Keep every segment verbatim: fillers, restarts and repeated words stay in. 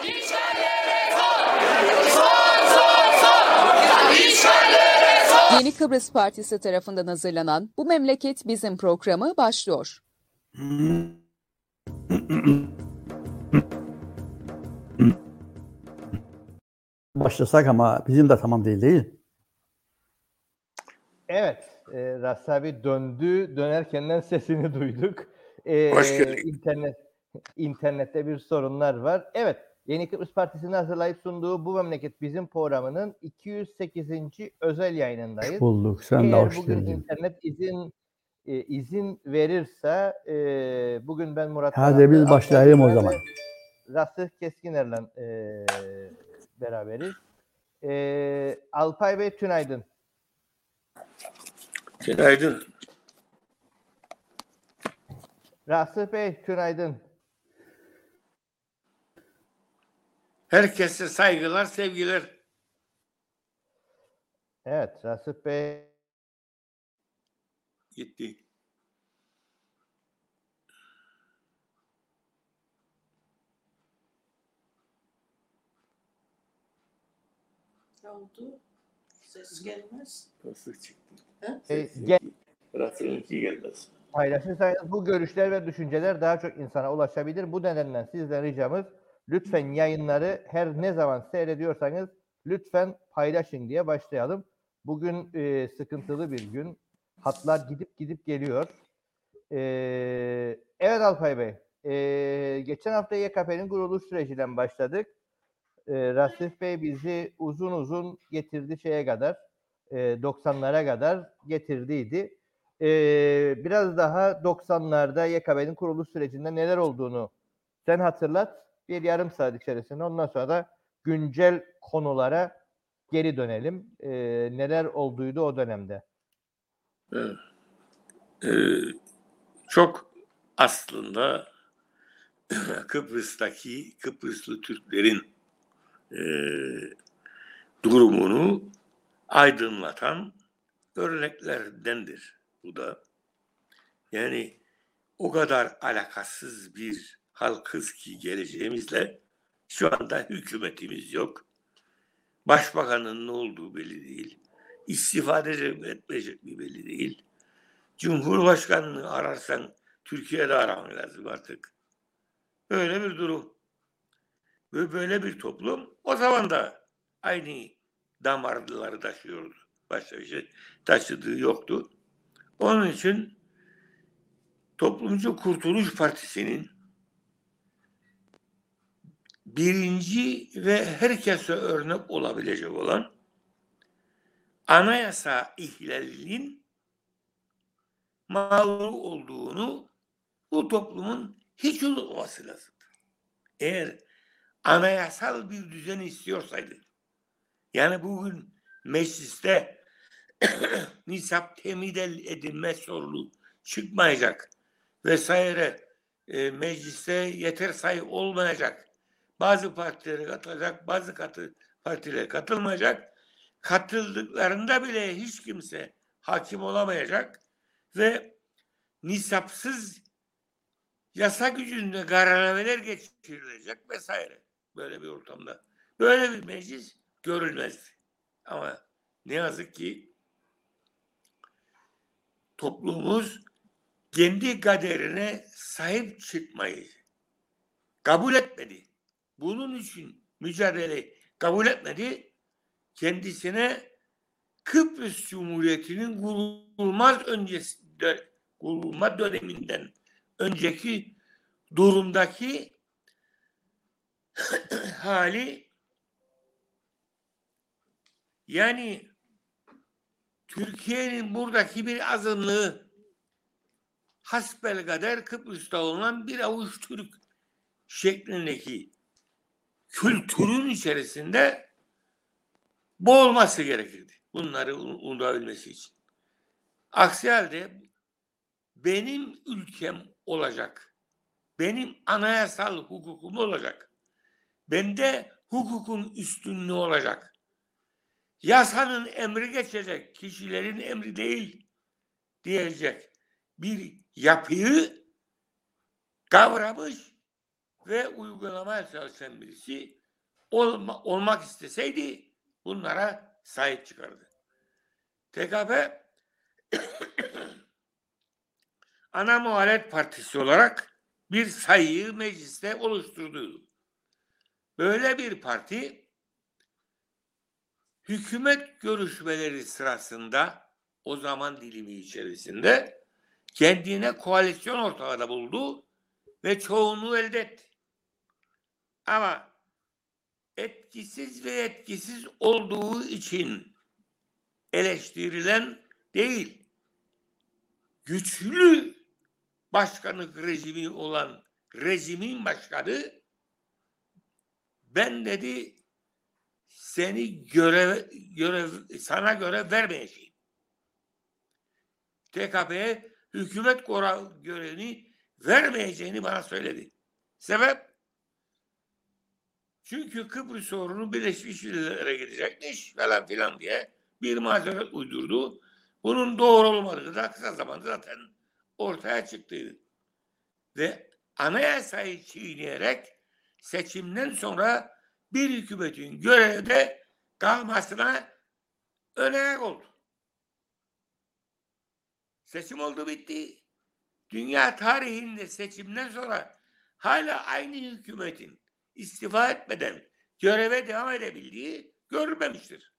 Yeni Kıbrıs Partisi tarafından hazırlanan Bu Memleket Bizim programı başlıyor. Başlasak ama bizim de tamam değil değil. Evet, e, Rassabi döndü, dönerkenden sesini duyduk. E, internet internette bir sorunlar var. Evet, Yeni Kıbrıs Partisi'nin hazırlayıp sunduğu Bu Memleket Bizim programının iki yüz sekizinci özel yayınındayız. Bulduk. Sen Eğer de hoş bugün geldin. internet izin e, izin verirse e, bugün ben Murat Hadi biz başlayalım o zaman. Rasih Keskiner'le e, beraberiz. E, Alpay Bey tünaydın. Günaydın. Rasih Bey tünaydın. Herkese saygılar, sevgiler. Evet, Rasih Bey Gitti. Ne oldu? Ses gelmez. Nasıl çıktı? e, gel, Rasıl'ınki gelmez. paylaşırsanız bu görüşler ve düşünceler daha çok insana ulaşabilir. Bu nedenle sizden ricamız lütfen yayınları her ne zaman seyrediyorsanız lütfen paylaşın diye başlayalım. Bugün e, sıkıntılı bir gün. Hatlar gidip gidip geliyor. E, evet Alpay Bey. E, geçen hafta Y K P'nin kuruluş sürecinden başladık. E, Rasif Bey bizi uzun uzun getirdi şeye kadar. E, doksanlara kadar getirdiydi. Ee, biraz daha doksanlarda Y K P'nin kuruluş sürecinde neler olduğunu sen hatırlat. Bir yarım saat içerisinde ondan sonra da güncel konulara geri dönelim. Ee, neler olduydu o dönemde? Evet. Ee, çok aslında Kıbrıs'taki Kıbrıslı Türklerin e, durumunu aydınlatan örneklerdendir bu da. Yani o kadar alakasız bir halkız ki geleceğimizle şu anda hükümetimiz yok. Başbakanın ne olduğu belli değil. İstifa edecek mi etmeyecek mi belli değil. Cumhurbaşkanını ararsan Türkiye'de araman lazım artık. Böyle bir durum. Ve böyle bir toplum o zaman da aynı damarları taşıyordu. Başka bir şey taşıdığı yoktu. Onun için Toplumcu Kurtuluş Partisi'nin birinci ve herkese örnek olabilecek olan anayasa ihlalinin mağdur olduğunu bu toplumun hiç unutmaması lazım. Eğer anayasal bir düzen istiyorsaydı, yani bugün mecliste nisap temin edilme sorunu çıkmayacak vesaire, e, mecliste yeter sayı olmayacak, bazı partilere katılacak, bazı katı, partilere katılmayacak, katıldıklarında bile hiç kimse hakim olamayacak ve nisapsız yasa gücünde kararnameler geçirilecek vesaire. Böyle bir ortamda böyle bir meclis görülmez. Ama ne yazık ki toplumumuz kendi kaderine sahip çıkmayı kabul etmedi. Bunun için mücadele kabul etmedi. Kendisine Kıbrıs Cumhuriyeti'nin kurulmaz öncesinde, kurulma döneminden önceki durumdaki hali, yani Türkiye'nin buradaki bir azınlığı hasbelkader Kıbrıs'ta olan bir avuç Türk şeklindeki kültürün içerisinde boğulması gerekirdi. Bunları unutabilmesi için. Aksi halde benim ülkem olacak. Benim anayasal hukukum olacak. Bende hukukun üstünlüğü olacak. Yasanın emri geçecek, kişilerin emri değil diyecek bir yapıyı kavramış ve uygulamaya çalışan birisi olma, olmak isteseydi bunlara sahip çıkardı. T K P ana muhalefet partisi olarak bir sayıyı mecliste oluşturdu. Böyle bir parti hükümet görüşmeleri sırasında o zaman dilimi içerisinde kendine koalisyon ortağı buldu ve çoğunluğu elde etti. Ama etkisiz ve etkisiz olduğu için eleştirilen değil, güçlü başkanlık rejimi olan rejimin başkanı ben dedi seni görev, görev sana görev vermeyeceğim. T K P'ye hükümet görevini vermeyeceğini bana söyledi. Sebep? Çünkü Kıbrıs sorunu Birleşmiş Milletler'e gidecekmiş falan filan diye bir mazeret uydurdu. Bunun doğru olmadığı da kısa zamanda zaten ortaya çıktı. Ve anayasayı çiğneyerek seçimden sonra bir hükümetin görevde kalmasına önayak oldu. Seçim oldu bitti. Dünya tarihinde seçimden sonra hala aynı hükümetin istifa etmeden göreve devam edebildiği görülmemiştir.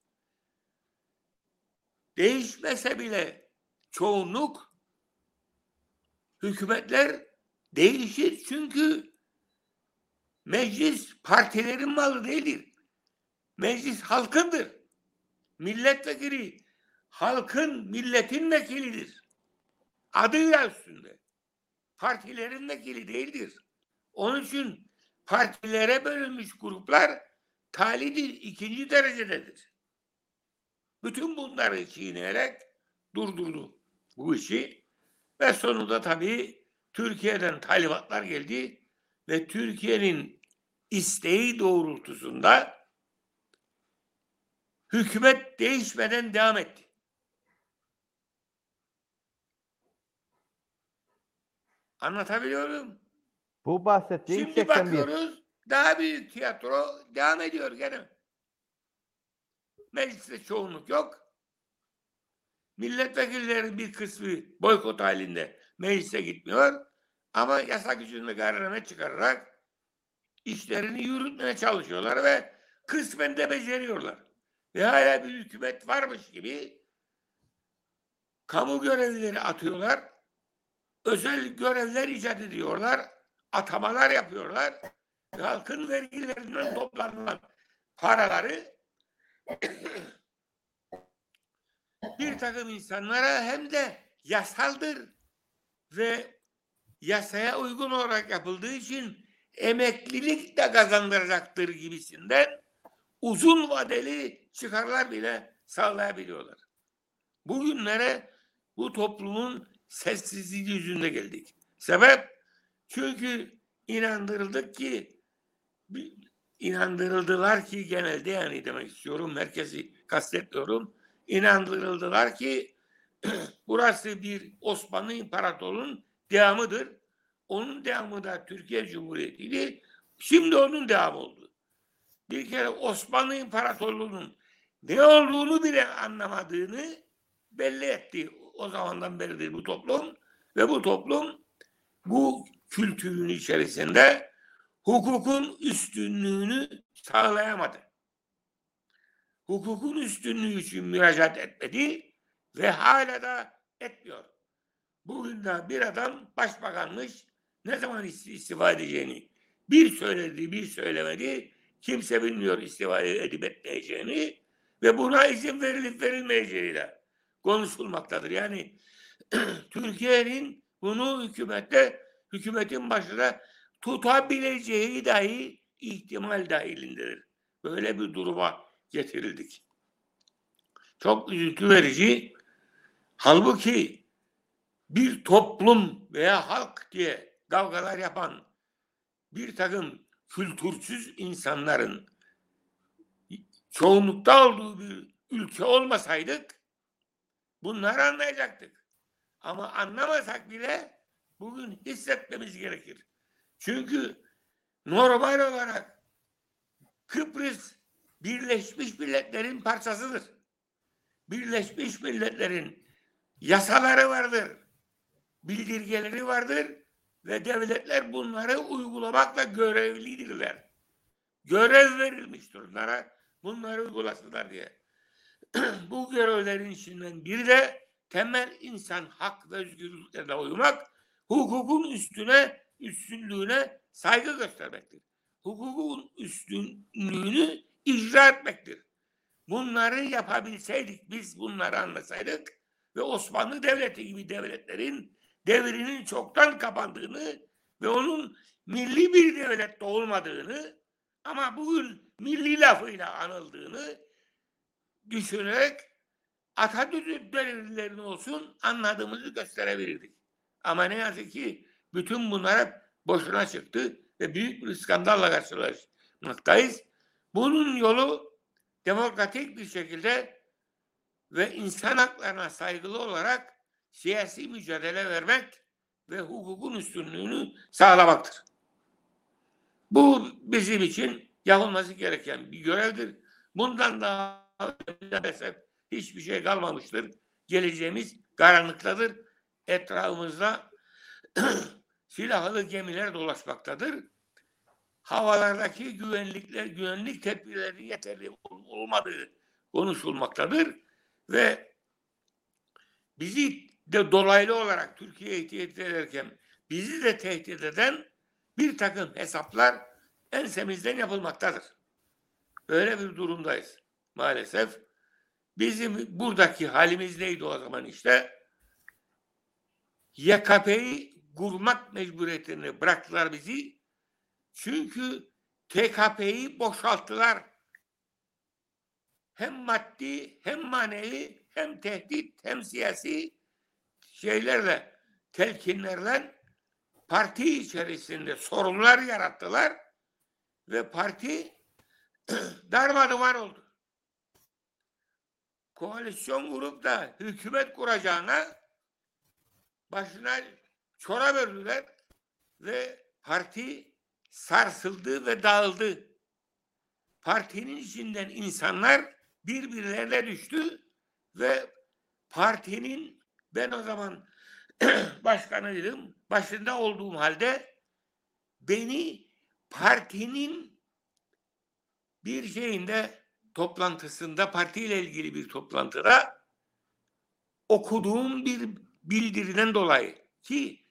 Değişmese bile çoğunluk hükümetler değişir çünkü meclis partilerin malı değildir. Meclis halkındır. Milletvekili halkın, milletin vekilidir. Adıyla üstünde. Partilerin vekili değildir. Onun için partilere bölünmüş gruplar talidir, ikinci derecededir. Bütün bunları çiğneyerek durdurdu bu işi ve sonunda tabii Türkiye'den talimatlar geldi ve Türkiye'nin isteği doğrultusunda hükümet değişmeden devam etti. Anlatabiliyor muyum? Bu bahsettiğim Şimdi seksen bir. bakıyoruz daha büyük tiyatro devam ediyor gene. Mecliste çoğunluk yok. Milletvekillerinin bir kısmı boykot halinde meclise gitmiyor. Ama yasa gücünü kararına çıkararak işlerini yürütmeye çalışıyorlar ve kısmen de beceriyorlar. Ve hala bir hükümet varmış gibi kamu görevlileri atıyorlar. Özel görevler icat ediyorlar. Atamalar yapıyorlar. Ve halkın vergilerinden toplanan paraları bir takım insanlara hem de yasaldır ve yasaya uygun olarak yapıldığı için emeklilik de kazandıracaktır gibisinden uzun vadeli çıkarlar bile sağlayabiliyorlar. Bugünlere bu toplumun sessizliği yüzünde geldik. Sebep? Çünkü inandırıldık ki inandırıldılar ki genelde yani demek istiyorum merkezi kastetmiyorum. İnandırıldılar ki burası bir Osmanlı İmparatorluğu'nun devamıdır. Onun devamı da Türkiye Cumhuriyeti'ydi. Şimdi onun devamı oldu. Bir kere Osmanlı İmparatorluğu'nun ne olduğunu bile anlamadığını belli etti. O zamandan beridir bu toplum ve bu toplum bu kültürün içerisinde hukukun üstünlüğünü sağlayamadı. Hukukun üstünlüğü için müracaat etmedi ve hala da etmiyor. Bugün de bir adam başbakanmış, ne zaman istifa edeceğini bir söyledi, bir söylemedi. Kimse bilmiyor istifa edip etmeyeceğini ve buna izin verilip verilmeyeceğiyle konuşulmaktadır. Yani Türkiye'nin bunu hükümette, hükümetin başında tutabileceği dahi ihtimal dahilindedir. Böyle bir duruma getirildik. Çok üzüntü verici. Halbuki bir toplum veya halk diye kavgalar yapan bir takım kültürsüz insanların çoğunlukta olduğu bir ülke olmasaydık bunları anlayacaktık. Ama anlamasak bile bugün hissetmemiz gerekir. Çünkü normal olarak Kıbrıs Birleşmiş Milletler'in parçasıdır. Birleşmiş Milletler'in yasaları vardır, bildirgeleri vardır ve devletler bunları uygulamakla görevlidirler. Görev verilmiştir onlara, bunları uygulasınlar diye. Bu görevlerin içinden biri de temel insan hak ve özgürlüklerine uymak, hukukun üstüne, üstünlüğüne saygı göstermektir. Hukukun üstünlüğünü icra etmektir. Bunları yapabilseydik, biz bunları anlasaydık ve Osmanlı Devleti gibi devletlerin devrinin çoktan kapandığını ve onun milli bir devlette olmadığını ama bugün milli lafıyla anıldığını düşünerek Atatürk devletlerinin olsun anladığımızı gösterebilirdik. Ama ne yazık ki bütün bunlar boşuna çıktı ve büyük bir skandalla karşılaşmaktayız. Bunun yolu demokratik bir şekilde ve insan haklarına saygılı olarak siyasi mücadele vermek ve hukukun üstünlüğünü sağlamaktır. Bu bizim için yapılması gereken bir görevdir. Bundan daha maalesef hiçbir şey kalmamıştır. Geleceğimiz karanlıktadır. Etrafımızda silahlı gemiler dolaşmaktadır. Havalardaki güvenlikler, güvenlik tedbirleri yeterli olmadığı konuşulmaktadır ve bizi de dolaylı olarak Türkiye'yi tehdit ederken bizi de tehdit eden bir takım hesaplar ensemizden yapılmaktadır. Öyle bir durumdayız maalesef. Bizim buradaki halimiz neydi o zaman işte? Y K P'yi kurmak mecburiyetini bıraktılar bizi. Çünkü T K P'yi boşalttılar. Hem maddi, hem manevi, hem tehdit, hem siyasi şeylerle, telkinlerle parti içerisinde sorunlar yarattılar ve parti darmadağın oldu. Koalisyon kurup da hükümet kuracağına başına çorap ördüler ve parti sarsıldı ve dağıldı. Partinin içinden insanlar birbirlerine düştü ve partinin, ben o zaman başkanıydım, başında olduğum halde beni partinin bir şeyinde, toplantısında, partiyle ilgili bir toplantıda okuduğum bir bildiriden dolayı ki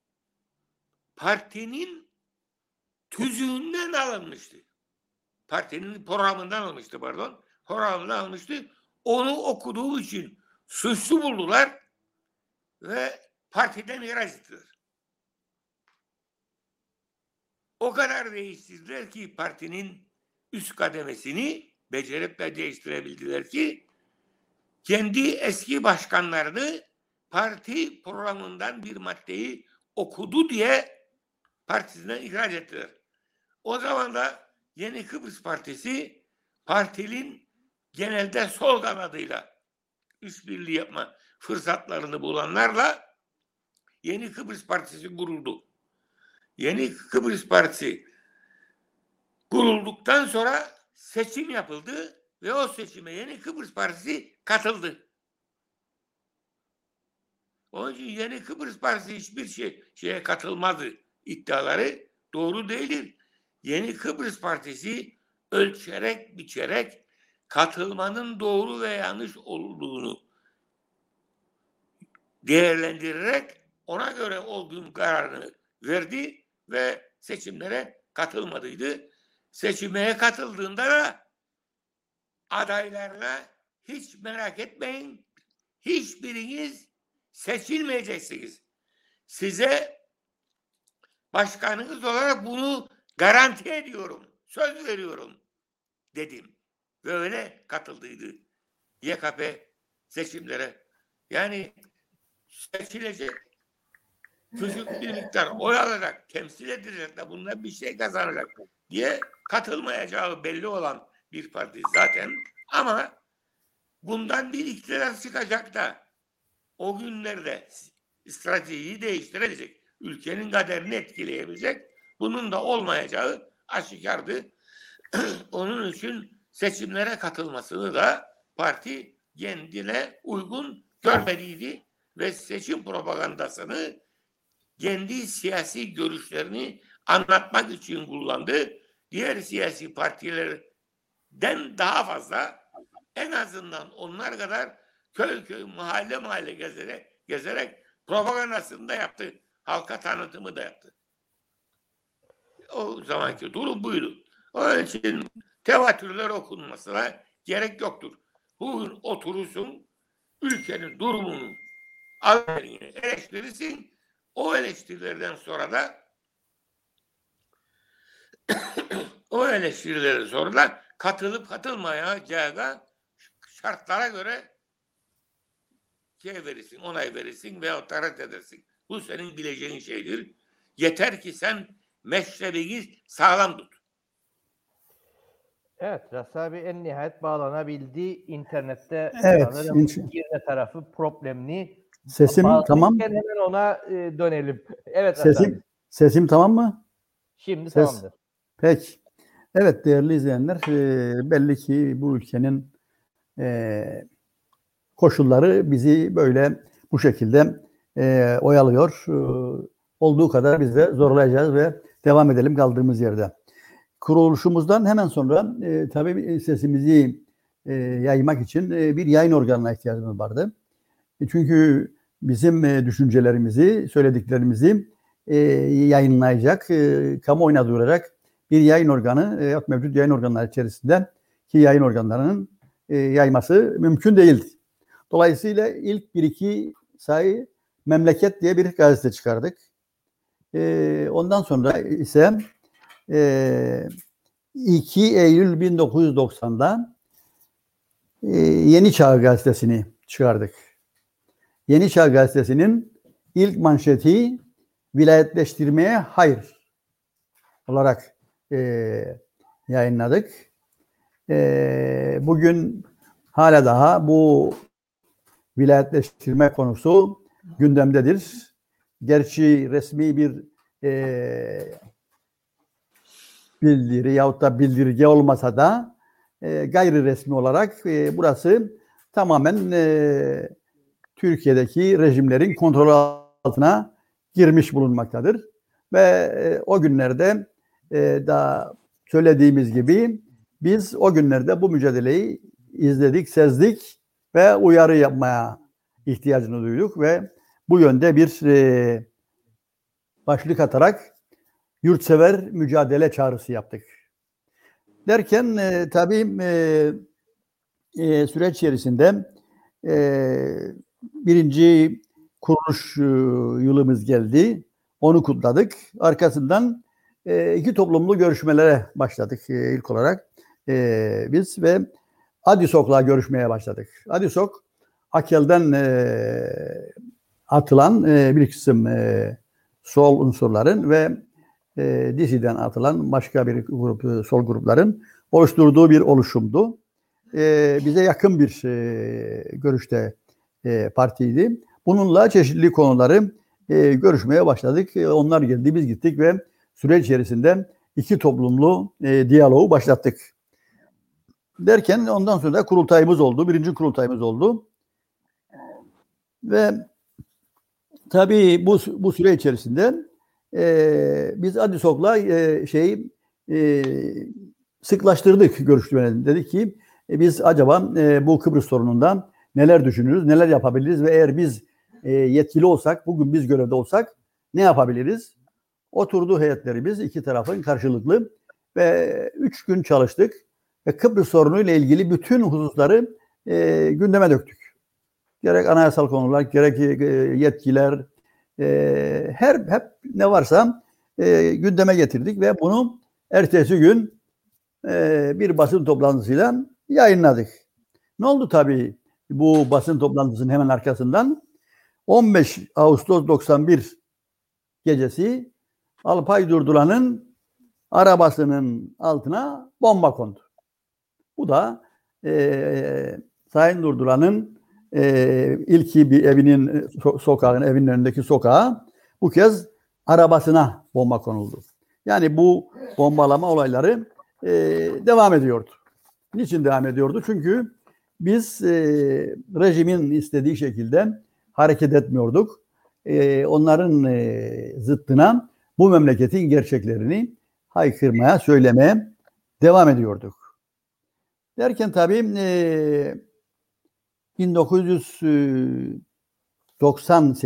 partinin tüzüğünden alınmıştı. Partinin programından almıştı pardon. Programından almıştı. Onu okuduğum için suçlu buldular ve partiden ihraç ettiler. O kadar değiştirdiler ki partinin üst kademesini becerip de değiştirebildiler ki kendi eski başkanlarını parti programından bir maddeyi okudu diye partisinden ihraç ettiler. O zaman da Yeni Kıbrıs Partisi partinin genelde sol kanadıyla işbirliği yapma fırsatlarını bulanlarla Yeni Kıbrıs Partisi kuruldu. Yeni Kıbrıs Partisi kurulduktan sonra seçim yapıldı ve o seçime Yeni Kıbrıs Partisi katıldı. Onun için Yeni Kıbrıs Partisi hiçbir şey, şeye katılmadı iddiaları doğru değildir. Yeni Kıbrıs Partisi ölçerek biçerek katılmanın doğru ve yanlış olduğunu değerlendirerek ona göre olduğum kararını verdi ve seçimlere katılmadıydı. Seçime katıldığında da adaylarına hiç merak etmeyin, hiçbiriniz seçilmeyeceksiniz. Size başkanınız olarak bunu garanti ediyorum, söz veriyorum dedim. Ve öyle katıldıydı Y K P seçimlere. Yani seçilecek, küçük bir miktar oy alacak, temsil edilecek de bundan bir şey kazanacak diye katılmayacağı belli olan bir parti zaten. Ama bundan bir iktidar çıkacak da o günlerde stratejiyi değiştirecek, ülkenin kaderini etkileyebilecek, bunun da olmayacağı aşikardı. Onun için seçimlere katılmasını da parti kendine uygun görmeliydi ve seçim propagandasını kendi siyasi görüşlerini anlatmak için kullandı. Diğer siyasi partilerden daha fazla, en azından onlar kadar köy köy, mahalle mahalle gezerek, gezerek propagandasını da yaptı. Halka tanıtımı da yaptı. O zamanki durum buydu. Onun için tevatürler okunmasına gerek yoktur. Bugün oturursun, ülkenin durumunu eleştirirsin. O eleştirilerden sonra da o eleştirilerden sonra da katılıp katılmayacağı şartlara göre şey verirsin, onay verirsin veya tarat edersin. Bu senin bileceğin şeydir. Yeter ki sen meşrebini sağlam tut. Evet, Rassi abi en nihayet bağlanabildi. İnternette Evet, sanırım in- girne tarafı problemli. Sesim Bağlanırken tamam. hemen ona e, dönelim. Evet Rassi abi. Sesim sesim tamam mı? Şimdi Ses. tamamdır. Peki. Evet değerli izleyenler, e, belli ki bu ülkenin e, koşulları bizi böyle bu şekilde e, oyalıyor. E, olduğu kadar biz de zorlayacağız ve devam edelim kaldığımız yerde. Kuruluşumuzdan hemen sonra e, tabii sesimizi e, yaymak için e, bir yayın organına ihtiyacımız vardı. E, çünkü bizim e, düşüncelerimizi, söylediklerimizi e, yayınlayacak, e, kamuoyuna duyuracak bir yayın organı, e, mevcut yayın organları içerisinde ki yayın organlarının e, yayması mümkün değildi. Dolayısıyla ilk bir iki sayı Memleket diye bir gazete çıkardık. E, ondan sonra ise e, iki Eylül bin dokuz yüz doksan'da e, Yeni Çağ gazetesini çıkardık. Yeni Çağ gazetesinin ilk manşeti vilayetleştirmeye hayır olarak e, yayınladık. E, bugün hala daha bu vilayetleştirme konusu gündemdedir. Gerçi resmi bir e, bildiri yahut da bildirge olmasa da e, gayri resmi olarak e, burası tamamen e, Türkiye'deki rejimlerin kontrolü altına girmiş bulunmaktadır. Ve e, o günlerde e, daha söylediğimiz gibi biz o günlerde bu mücadeleyi izledik, sezdik ve uyarı yapmaya ihtiyacını duyduk ve bu yönde bir e, başlık atarak yurtsever mücadele çağrısı yaptık. Derken e, tabii e, e, süreç içerisinde e, birinci kuruluş e, yılımız geldi. Onu kutladık. Arkasından e, iki toplumlu görüşmelere başladık e, ilk olarak e, biz ve ADİSOK'la görüşmeye başladık. ADİSOK, AKEL'den e, atılan e, bir kısım e, sol unsurların ve e, DİSİ'den atılan başka bir grup, sol grupların oluşturduğu bir oluşumdu. E, bize yakın bir e, görüşte e, partiydi. Bununla çeşitli konuları e, görüşmeye başladık. E, onlar geldi, biz gittik ve süreç içerisinde iki toplumlu e, diyaloğu başlattık. Derken ondan sonra da kurultayımız oldu. Birinci kurultayımız oldu. Ve tabii bu bu süre içerisinde e, biz ADİSOK'la e, şeyi e, sıklaştırdık görüşmelerini. Dedik ki e, biz acaba e, bu Kıbrıs sorunundan neler düşünürüz, neler yapabiliriz ve eğer biz e, yetkili olsak, bugün biz görevde olsak ne yapabiliriz? Oturdu heyetlerimiz iki tarafın karşılıklı ve üç gün çalıştık ve Kıbrıs sorunuyla ilgili bütün hususları e, gündeme döktük. Gerek anayasal konular, gerek e, yetkiler, e, her hep ne varsa e, gündeme getirdik ve bunu ertesi gün e, bir basın toplantısıyla yayınladık. Ne oldu tabii bu basın toplantısının hemen arkasından? on beş Ağustos doksan bir gecesi Alpay Durdulan'ın arabasının altına bomba kondu. Bu da e, Sayın Durdulan'ın e, ilki bir evinin so- sokağın evinin önündeki sokağa bu kez arabasına bomba konuldu. Yani bu bombalama olayları e, devam ediyordu. Niçin devam ediyordu? Çünkü biz e, rejimin istediği şekilde hareket etmiyorduk. E, onların e, zıttına bu memleketin gerçeklerini haykırmaya, söylemeye devam ediyorduk. Derken tabii e, bin dokuz yüz doksan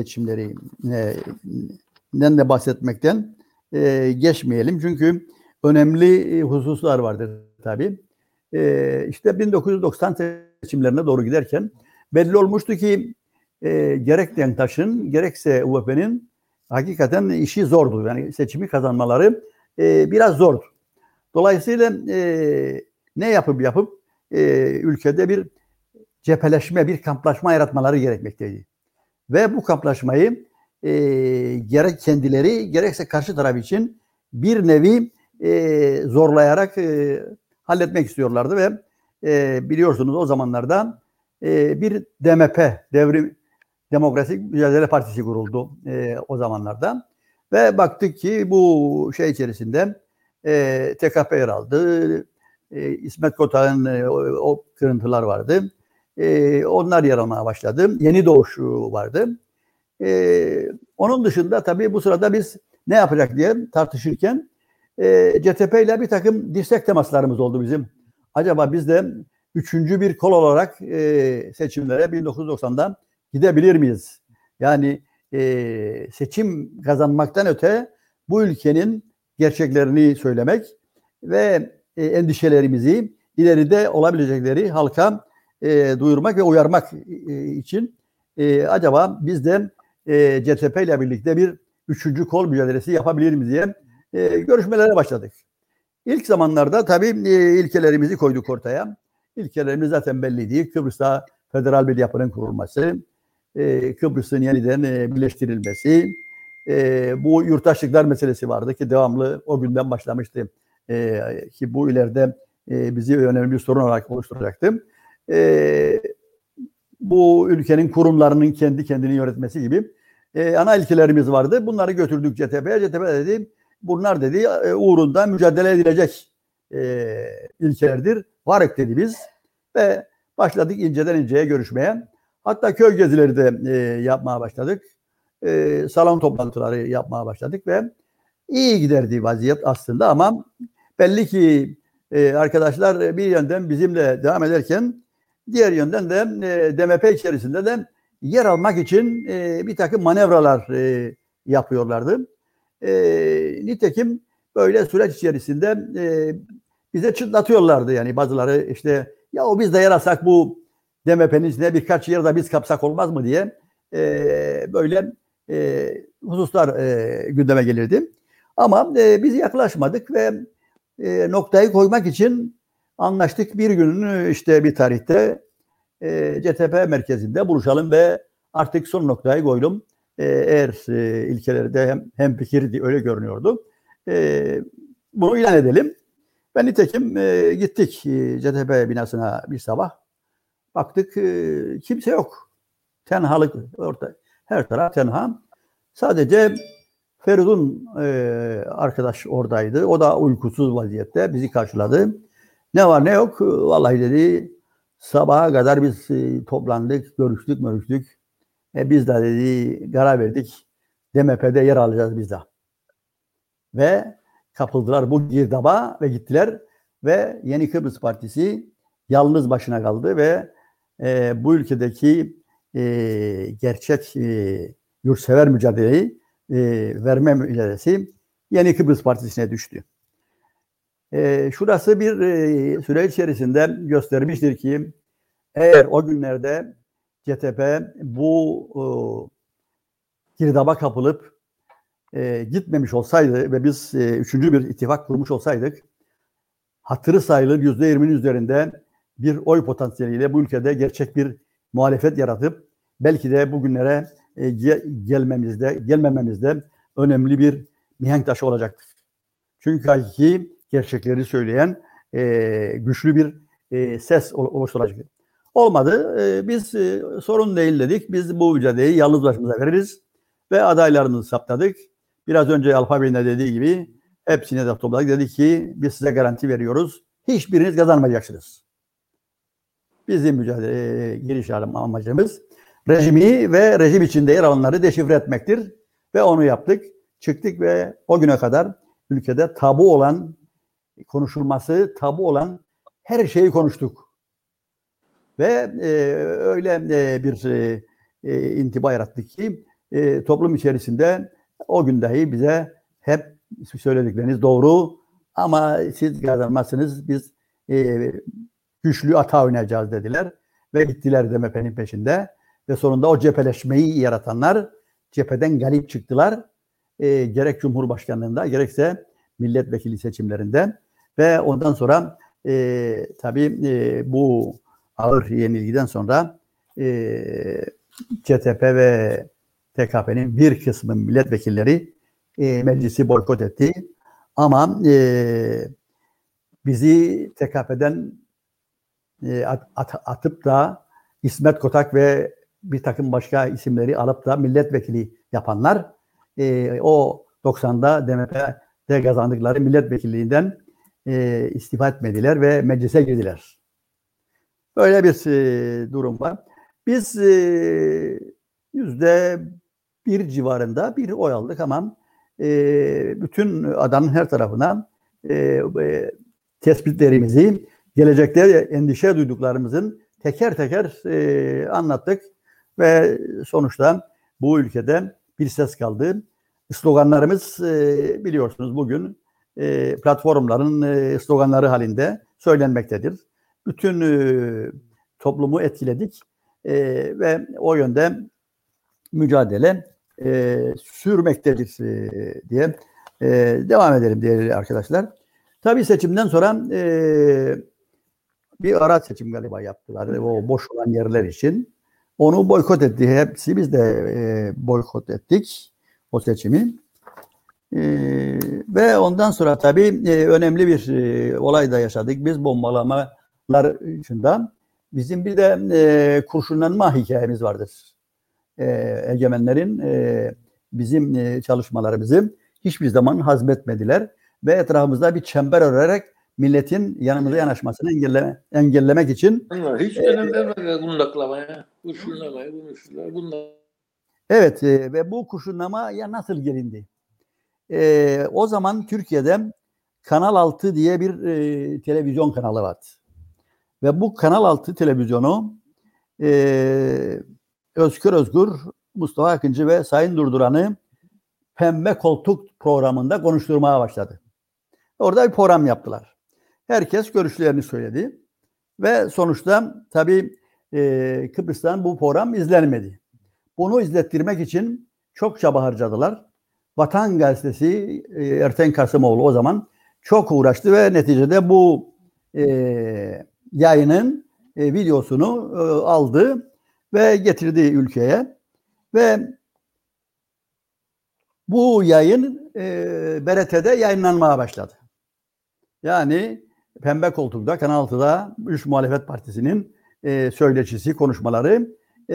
seçimlerinden de bahsetmekten e, geçmeyelim. Çünkü önemli hususlar vardır tabii. E, işte bin dokuz yüz doksan seçimlerine doğru giderken belli olmuştu ki e, gerek Denktaş'ın gerekse U V P'nin hakikaten işi zordu. Yani seçimi kazanmaları e, biraz zordu. Dolayısıyla e, ne yapıp yapıp e, ülkede bir cepheleşme, bir kamplaşma yaratmaları gerekmekteydi. Ve bu kamplaşmayı e, gerek kendileri gerekse karşı taraf için bir nevi e, zorlayarak e, halletmek istiyorlardı ve e, biliyorsunuz o zamanlarda e, bir D M P, Devrim Demokratik Mücadele Partisi kuruldu e, o zamanlarda. Ve baktık ki bu şey içerisinde e, T K P yer aldı, e, İsmet Kotak'ın e, o, o kırıntılar vardı. E, onlar yer almaya başladı. Yeni Doğuş vardı. E, onun dışında tabii bu sırada biz ne yapacak diye tartışırken e, C T P ile bir takım dirsek temaslarımız oldu bizim. Acaba biz de üçüncü bir kol olarak e, seçimlere bin dokuz yüz doksanda gidebilir miyiz? Yani e, seçim kazanmaktan öte bu ülkenin gerçeklerini söylemek ve e, endişelerimizi ileride olabilecekleri halka e, duyurmak ve uyarmak e, için e, acaba biz de e, C T P ile birlikte bir üçüncü kol mücadelesi yapabilir miyiz diye e, görüşmelere başladık. İlk zamanlarda tabii e, ilkelerimizi koyduk ortaya. İlkelerimiz zaten belliydi. Kıbrıs'ta federal bir yapının kurulması, e, Kıbrıs'ın yeniden e, birleştirilmesi, e, bu yurttaşlıklar meselesi vardı ki devamlı o günden başlamıştı e, ki bu ileride e, bizi önemli bir sorun olarak oluşturacaktı. E, bu ülkenin kurumlarının kendi kendini yönetmesi gibi e, ana ilkelerimiz vardı. Bunları götürdük C T P'ye. C T P dedi, bunlar dedi e, uğrunda mücadele edilecek e, ilkelerdir. Varık dedi biz ve başladık inceden inceye görüşmeye. Hatta köy gezileri de e, yapmaya başladık. E, salon toplantıları yapmaya başladık ve iyi giderdi vaziyet aslında ama belli ki e, arkadaşlar bir yönden bizimle devam ederken diğer yönden de e, D M P içerisinde de yer almak için e, bir takım manevralar e, yapıyorlardı. E, nitekim böyle süreç içerisinde e, bize çıtlatıyorlardı yani bazıları işte ya o biz de yer alsak bu D M P'nin içinde birkaç yer de biz kapsak olmaz mı diye e, böyle e, hususlar e, gündeme gelirdi. Ama e, biz yaklaşmadık ve e, noktayı koymak için anlaştık. Bir gün işte bir tarihte e, C T P merkezinde buluşalım ve artık son noktayı koydum. E, eğer e, ilkeleri de hem, hem fikirdi öyle görünüyordu. E, bunu ilan edelim. Ben nitekim e, gittik e, C T P binasına bir sabah. Baktık e, kimse yok. Tenhalık orta, her taraf tenha. Sadece Feridun e, arkadaş oradaydı. O da uykusuz vaziyette bizi karşıladı. Ne var ne yok. Vallahi dedi sabaha kadar biz e, toplandık, görüştük, görüştük. E, biz de dedi karar verdik. D M P'de yer alacağız biz de. Ve kapıldılar bu girdaba ve gittiler. Ve Yeni Kıbrıs Partisi yalnız başına kaldı ve e, bu ülkedeki e, gerçek e, yurtsever mücadeleyi e, verme mücadelesi Yeni Kıbrıs Partisi'ne düştü. E, şurası bir e, süre içerisinde göstermiştir ki eğer o günlerde C T P bu e, girdaba kapılıp e, gitmemiş olsaydı ve biz e, üçüncü bir ittifak kurmuş olsaydık hatırı sayılır yüzde yirminin üzerinde bir oy potansiyeliyle bu ülkede gerçek bir muhalefet yaratıp belki de bugünlere e, gelmemizde, gelmememizde önemli bir mihenk taşı olacaktır. Çünkü hakiki gerçekleri söyleyen e, güçlü bir e, ses oluşturacak. Olmadı. E, biz e, sorun değil dedik. Biz bu mücadeleyi yalnız başımıza veririz ve adaylarımızı saptadık. Biraz önce Alpa Bey'in de dediği gibi Hepsine de topladık. Dedi ki biz size garanti veriyoruz. Hiçbiriniz kazanmayacaksınız. Bizim mücadele giriş amacımız rejimi ve rejim içinde yer alanları deşifre etmektir. Ve onu yaptık. Çıktık ve o güne kadar ülkede tabu olan, konuşulması tabu olan her şeyi konuştuk. Ve e, öyle e, bir e, e, intiba yarattık ki e, toplum içerisinde o gün dahi bize hep söyledikleriniz doğru ama siz kazanmazsınız, biz e, güçlü ata oynayacağız dediler. Ve gittiler D M P'nin peşinde. Ve sonunda o cepheleşmeyi yaratanlar cepheden galip çıktılar. E, gerek Cumhurbaşkanlığında gerekse milletvekili seçimlerinde. Ve ondan sonra e, tabii e, bu ağır yenilgiden sonra e, C T P ve T K P'nin bir kısmı milletvekilleri e, meclisi boykot etti. Ama e, bizi T K P'den e, at, at, atıp da İsmet Kotak ve bir takım başka isimleri alıp da milletvekili yapanlar e, o doksanda D M P'de kazandıkları milletvekilliğinden e, istifa etmediler ve meclise girdiler. Böyle bir e, durum var. Biz e, yüzde bir civarında bir oy aldık ama e, bütün adanın her tarafına e, e, tespitlerimizi, gelecekte endişe duyduklarımızın teker teker e, anlattık ve sonuçta bu ülkede bir ses kaldı. Sloganlarımız e, biliyorsunuz bugün e, platformların e, sloganları halinde söylenmektedir. Bütün e, toplumu etkiledik e, ve o yönde mücadele e, sürmektedir e, diye e, devam edelim değerli arkadaşlar. Tabii seçimden sonra e, bir ara seçim galiba yaptılar o boş olan yerler için. Onu boykot etti. Hepsi biz de e, boykot ettik o seçimi. E, ve ondan sonra tabii e, önemli bir e, olay da yaşadık. Biz bombalamalar içinde bizim bir de e, kurşunlanma hikayemiz vardır. E, egemenlerin e, bizim e, çalışmalarımızı hiçbir zaman hazmetmediler ve etrafımızda bir çember örerek milletin yanımıza yanaşmasını engelleme, engellemek için Hiç önem vermediler kundaklamaya, kurşunlamaya, konuştular. Bunlar. Evet e, ve bu kurşunlamaya nasıl gelindi? E, o zaman Türkiye'de Kanal altı diye bir e, televizyon kanalı vardı. Ve bu Kanal altı televizyonu e, Özgür Özgür, Mustafa Akıncı ve Sayın Durduran'ı Pembe Koltuk programında konuşturmaya başladı. Orada bir program yaptılar. Herkes görüşlerini söyledi. Ve sonuçta tabii e, Kıbrıs'tan bu program izlenmedi. Bunu izlettirmek için çok çaba harcadılar. Vatan Gazetesi e, Erten Kasımoğlu o zaman çok uğraştı ve neticede bu e, yayının e, videosunu e, aldı ve getirdi ülkeye. Ve bu yayın e, B R T'de yayınlanmaya başladı. Yani Pembe Koltuk'ta, Kanal altıda Üç Muhalefet Partisi'nin e, söyleşisi, konuşmaları e,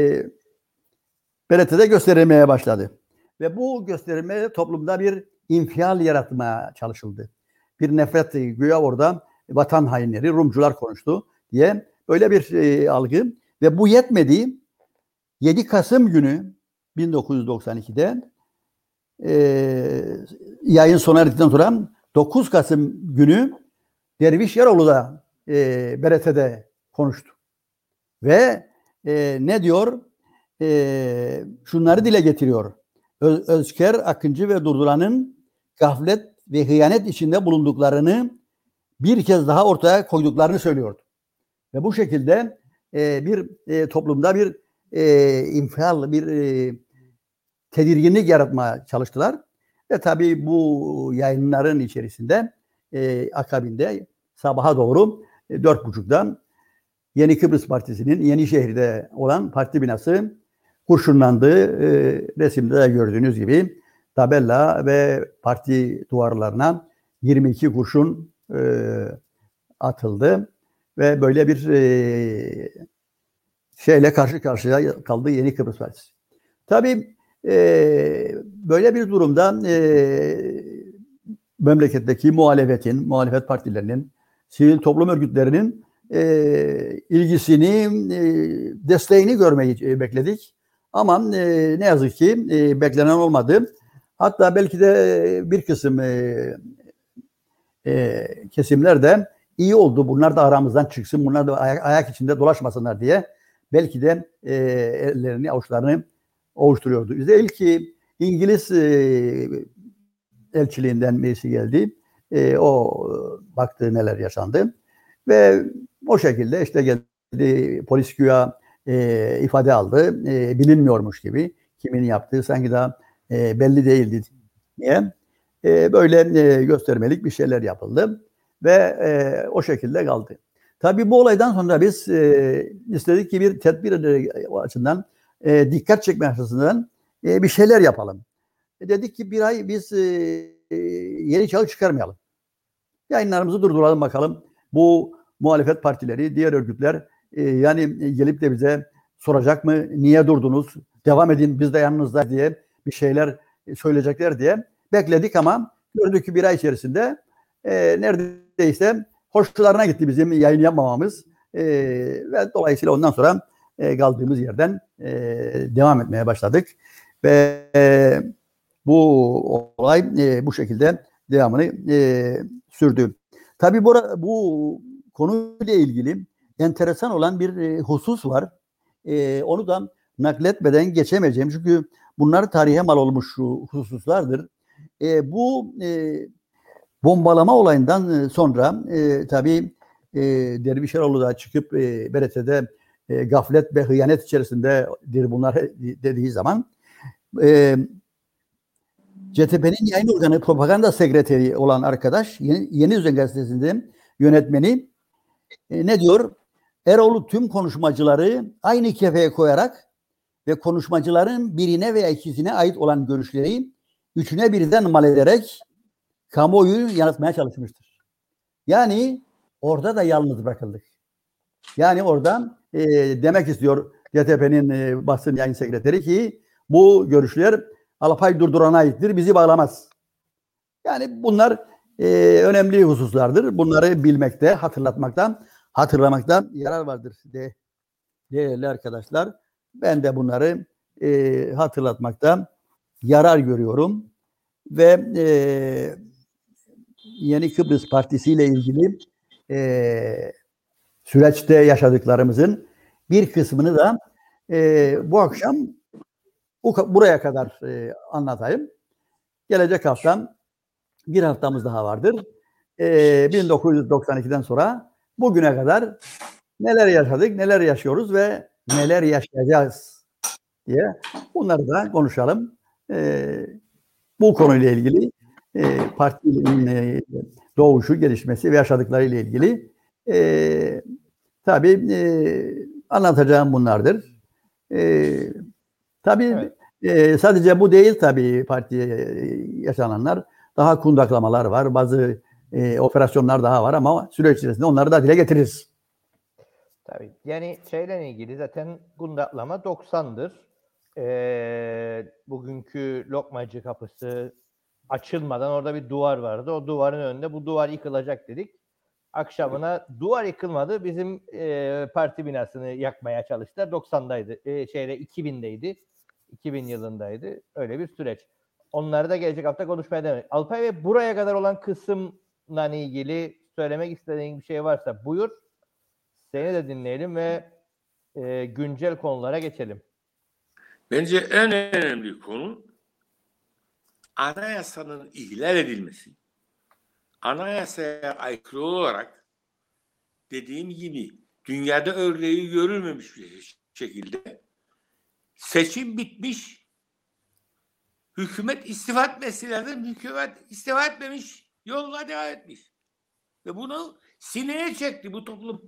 B R T'de gösterilmeye başladı. Ve bu gösterilme toplumda bir infial yaratmaya çalışıldı. Bir nefret, güya orada vatan hainleri, Rumcular konuştu diye böyle bir e, algı. Ve bu yetmedi. yedi Kasım günü bin dokuz yüz doksan ikide e, yayın sona erdikten sonra dokuz Kasım günü Derviş Yeroğlu da e, B R T'de konuştu. Ve e, ne diyor? E, şunları dile getiriyor. Öz, Özker, Akıncı ve Durduran'ın gaflet ve hıyanet içinde bulunduklarını bir kez daha ortaya koyduklarını söylüyordu. Ve bu şekilde e, bir e, toplumda bir e, infial, bir e, tedirginlik yaratmaya çalıştılar. Ve tabii bu yayınların içerisinde e, akabinde sabaha doğru e, dört buçuktan Yeni Kıbrıs Partisi'nin Yenişehir'de olan parti binası kurşunlandı. E, resimde de gördüğünüz gibi tabela ve parti duvarlarına yirmi iki kurşun e, atıldı. Ve böyle bir e, şeyle karşı karşıya kaldı Yeni Kıbrıs Partisi. Tabii e, böyle bir durumda e, memleketteki muhalefetin, muhalefet partilerinin, sivil toplum örgütlerinin e, ilgisini, e, desteğini görmeyi e, bekledik. Ama e, ne yazık ki e, beklenen olmadı. Hatta belki de bir kısım e, e, kesimler de iyi oldu. Bunlar da aramızdan çıksın, bunlar da ayak, ayak içinde dolaşmasınlar diye belki de e, ellerini, avuçlarını ovuşturuyordu. Bize ilk İngiliz e, elçiliğinden birisi geldi. E, o baktı neler yaşandı. Ve o şekilde işte geldi, polis güya e, ifade aldı. E, bilinmiyormuş gibi. Kimin yaptığı sanki daha e, belli değildi diye. E, böyle e, göstermelik bir şeyler yapıldı. Ve e, o şekilde kaldı. Tabii bu olaydan sonra biz e, istedik ki bir tedbir e, açısından e, dikkat çekme açısından e, bir şeyler yapalım. E, dedik ki bir ay biz e, e, yeni çağ çıkarmayalım. Yayınlarımızı durduralım bakalım. Bu muhalefet partileri, diğer örgütler e, yani gelip de bize soracak mı? Niye durdunuz? Devam edin, biz de yanınızda diye bir şeyler söyleyecekler diye bekledik ama gördük ki bir ay içerisinde e, neredeyse hoşlarına gitti bizim yayın yapmamamız. E, ve dolayısıyla ondan sonra e, kaldığımız yerden e, devam etmeye başladık. Ve e, bu olay e, bu şekilde devamını e, sürdü. Tabii bu, bu konuyla ilgili enteresan olan bir e, husus var. E, onu da nakletmeden geçemeyeceğim. Çünkü bunlar tarihe mal olmuş hususlardır. E, bu e, bombalama olayından sonra e, tabii e, Dervişeroğlu da çıkıp e, B R T'de e, gaflet ve hıyanet içerisindedir bunlar dediği zaman e, C T P'nin yayın organı propaganda sekreteri olan arkadaş Yeni, Yeni Düzen Gazetesi'nde yönetmeni e, ne diyor? Eroğlu tüm konuşmacıları aynı kefeye koyarak ve konuşmacıların birine veya ikisine ait olan görüşleri üçüne birden mal ederek kamuoyu yanıltmaya çalışmıştır. Yani orada da yalnız bırakıldık. Yani oradan e, demek istiyor C T P'nin e, basın yayın sekreteri ki bu görüşler Alpay Durduran'a aittir, bizi bağlamaz. Yani bunlar e, önemli hususlardır. Bunları bilmekte, hatırlatmaktan, hatırlamaktan yarar vardır de, değerli arkadaşlar. Ben de bunları e, hatırlatmakta yarar görüyorum. Ve e, Yeni Kıbrıs Partisi ile ilgili e, süreçte yaşadıklarımızın bir kısmını da e, bu akşam bu, buraya kadar e, anlatayım. Gelecek haftam bir haftamız daha vardır. E, bin dokuz yüz doksan ikiden sonra bugüne kadar neler yaşadık, neler yaşıyoruz ve neler yaşayacağız diye bunları da konuşalım. E, bu konuyla ilgili e, partinin e, doğuşu, gelişmesi ve yaşadıkları ile ilgili e, tabii e, anlatacağım bunlardır. E, tabii evet. e, sadece bu değil tabii partiye yaşananlar. Daha kundaklamalar var, bazı e, operasyonlar daha var ama süreç içerisinde onları da dile getiririz. Tabii. Yani şeyle ilgili zaten kundaklama doksandır. Ee, bugünkü Lokmacı kapısı açılmadan orada bir duvar vardı. O duvarın önünde bu duvar yıkılacak dedik. Akşamına duvar yıkılmadı. Bizim e, parti binasını yakmaya çalıştılar. doksandaydı. E, şeyde iki bindeydi. iki bin yılındaydı. Öyle bir süreç. Onları da gelecek hafta konuşmaya devam edelim. Alpay Bey, buraya kadar olan kısımla ilgili söylemek istediğin bir şey varsa buyur. Seni de dinleyelim ve e, güncel konulara geçelim. Bence en önemli konu anayasanın ihlal edilmesi. Anayasaya aykırı olarak dediğim gibi dünyada örneği görülmemiş bir şekilde seçim bitmiş, hükümet istifa etmesi lazım, hükümet istifa etmemiş, yoluna devam etmiş. Ve bunu sineye çekti bu toplum.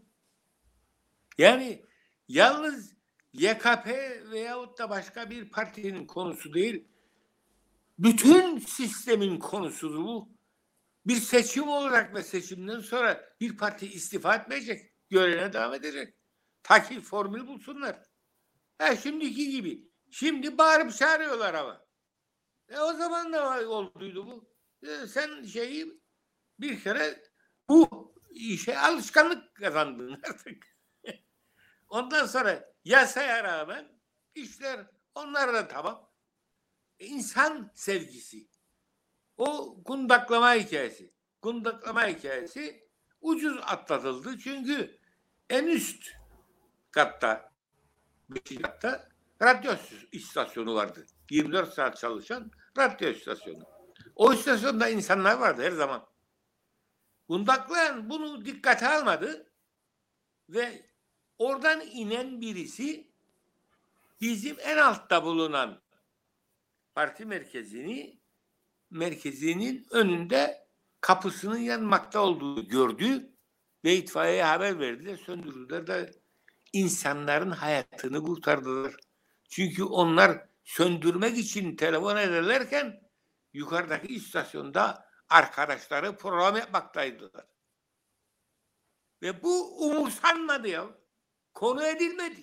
Yani yalnız Y K P veyahut da başka bir partinin konusu değil, bütün sistemin konusu bu. Bir seçim olarak ve seçimden sonra bir parti istifa etmeyecek, görevine devam edecek. Ta ki formül bulsunlar. Ha, şimdiki gibi. Şimdi bağırıp çağırıyorlar ama. E o zaman da olduydu bu. e, sen şeyi bir kere bu işe alışkanlık kazandın artık. Ondan sonra yasaya rağmen işler onlar da tamam. İnsan sevgisi. O kundaklama hikayesi. Kundaklama hikayesi ucuz atlatıldı. Çünkü en üst katta, beşinci katta radyo istasyonu vardı. yirmi dört saat çalışan radyo istasyonu. O istasyonda insanlar vardı her zaman. Kundaklayan bunu dikkate almadı ve oradan inen birisi bizim en altta bulunan parti merkezini merkezinin önünde kapısının yanmakta olduğu gördü ve itfaiyeye haber verdiler, söndürdüler de insanların hayatını kurtardılar. Çünkü onlar söndürmek için telefon ederlerken yukarıdaki istasyonda arkadaşları program yapmaktaydılar. Ve bu umursanmadı ya. Konu edilmedi.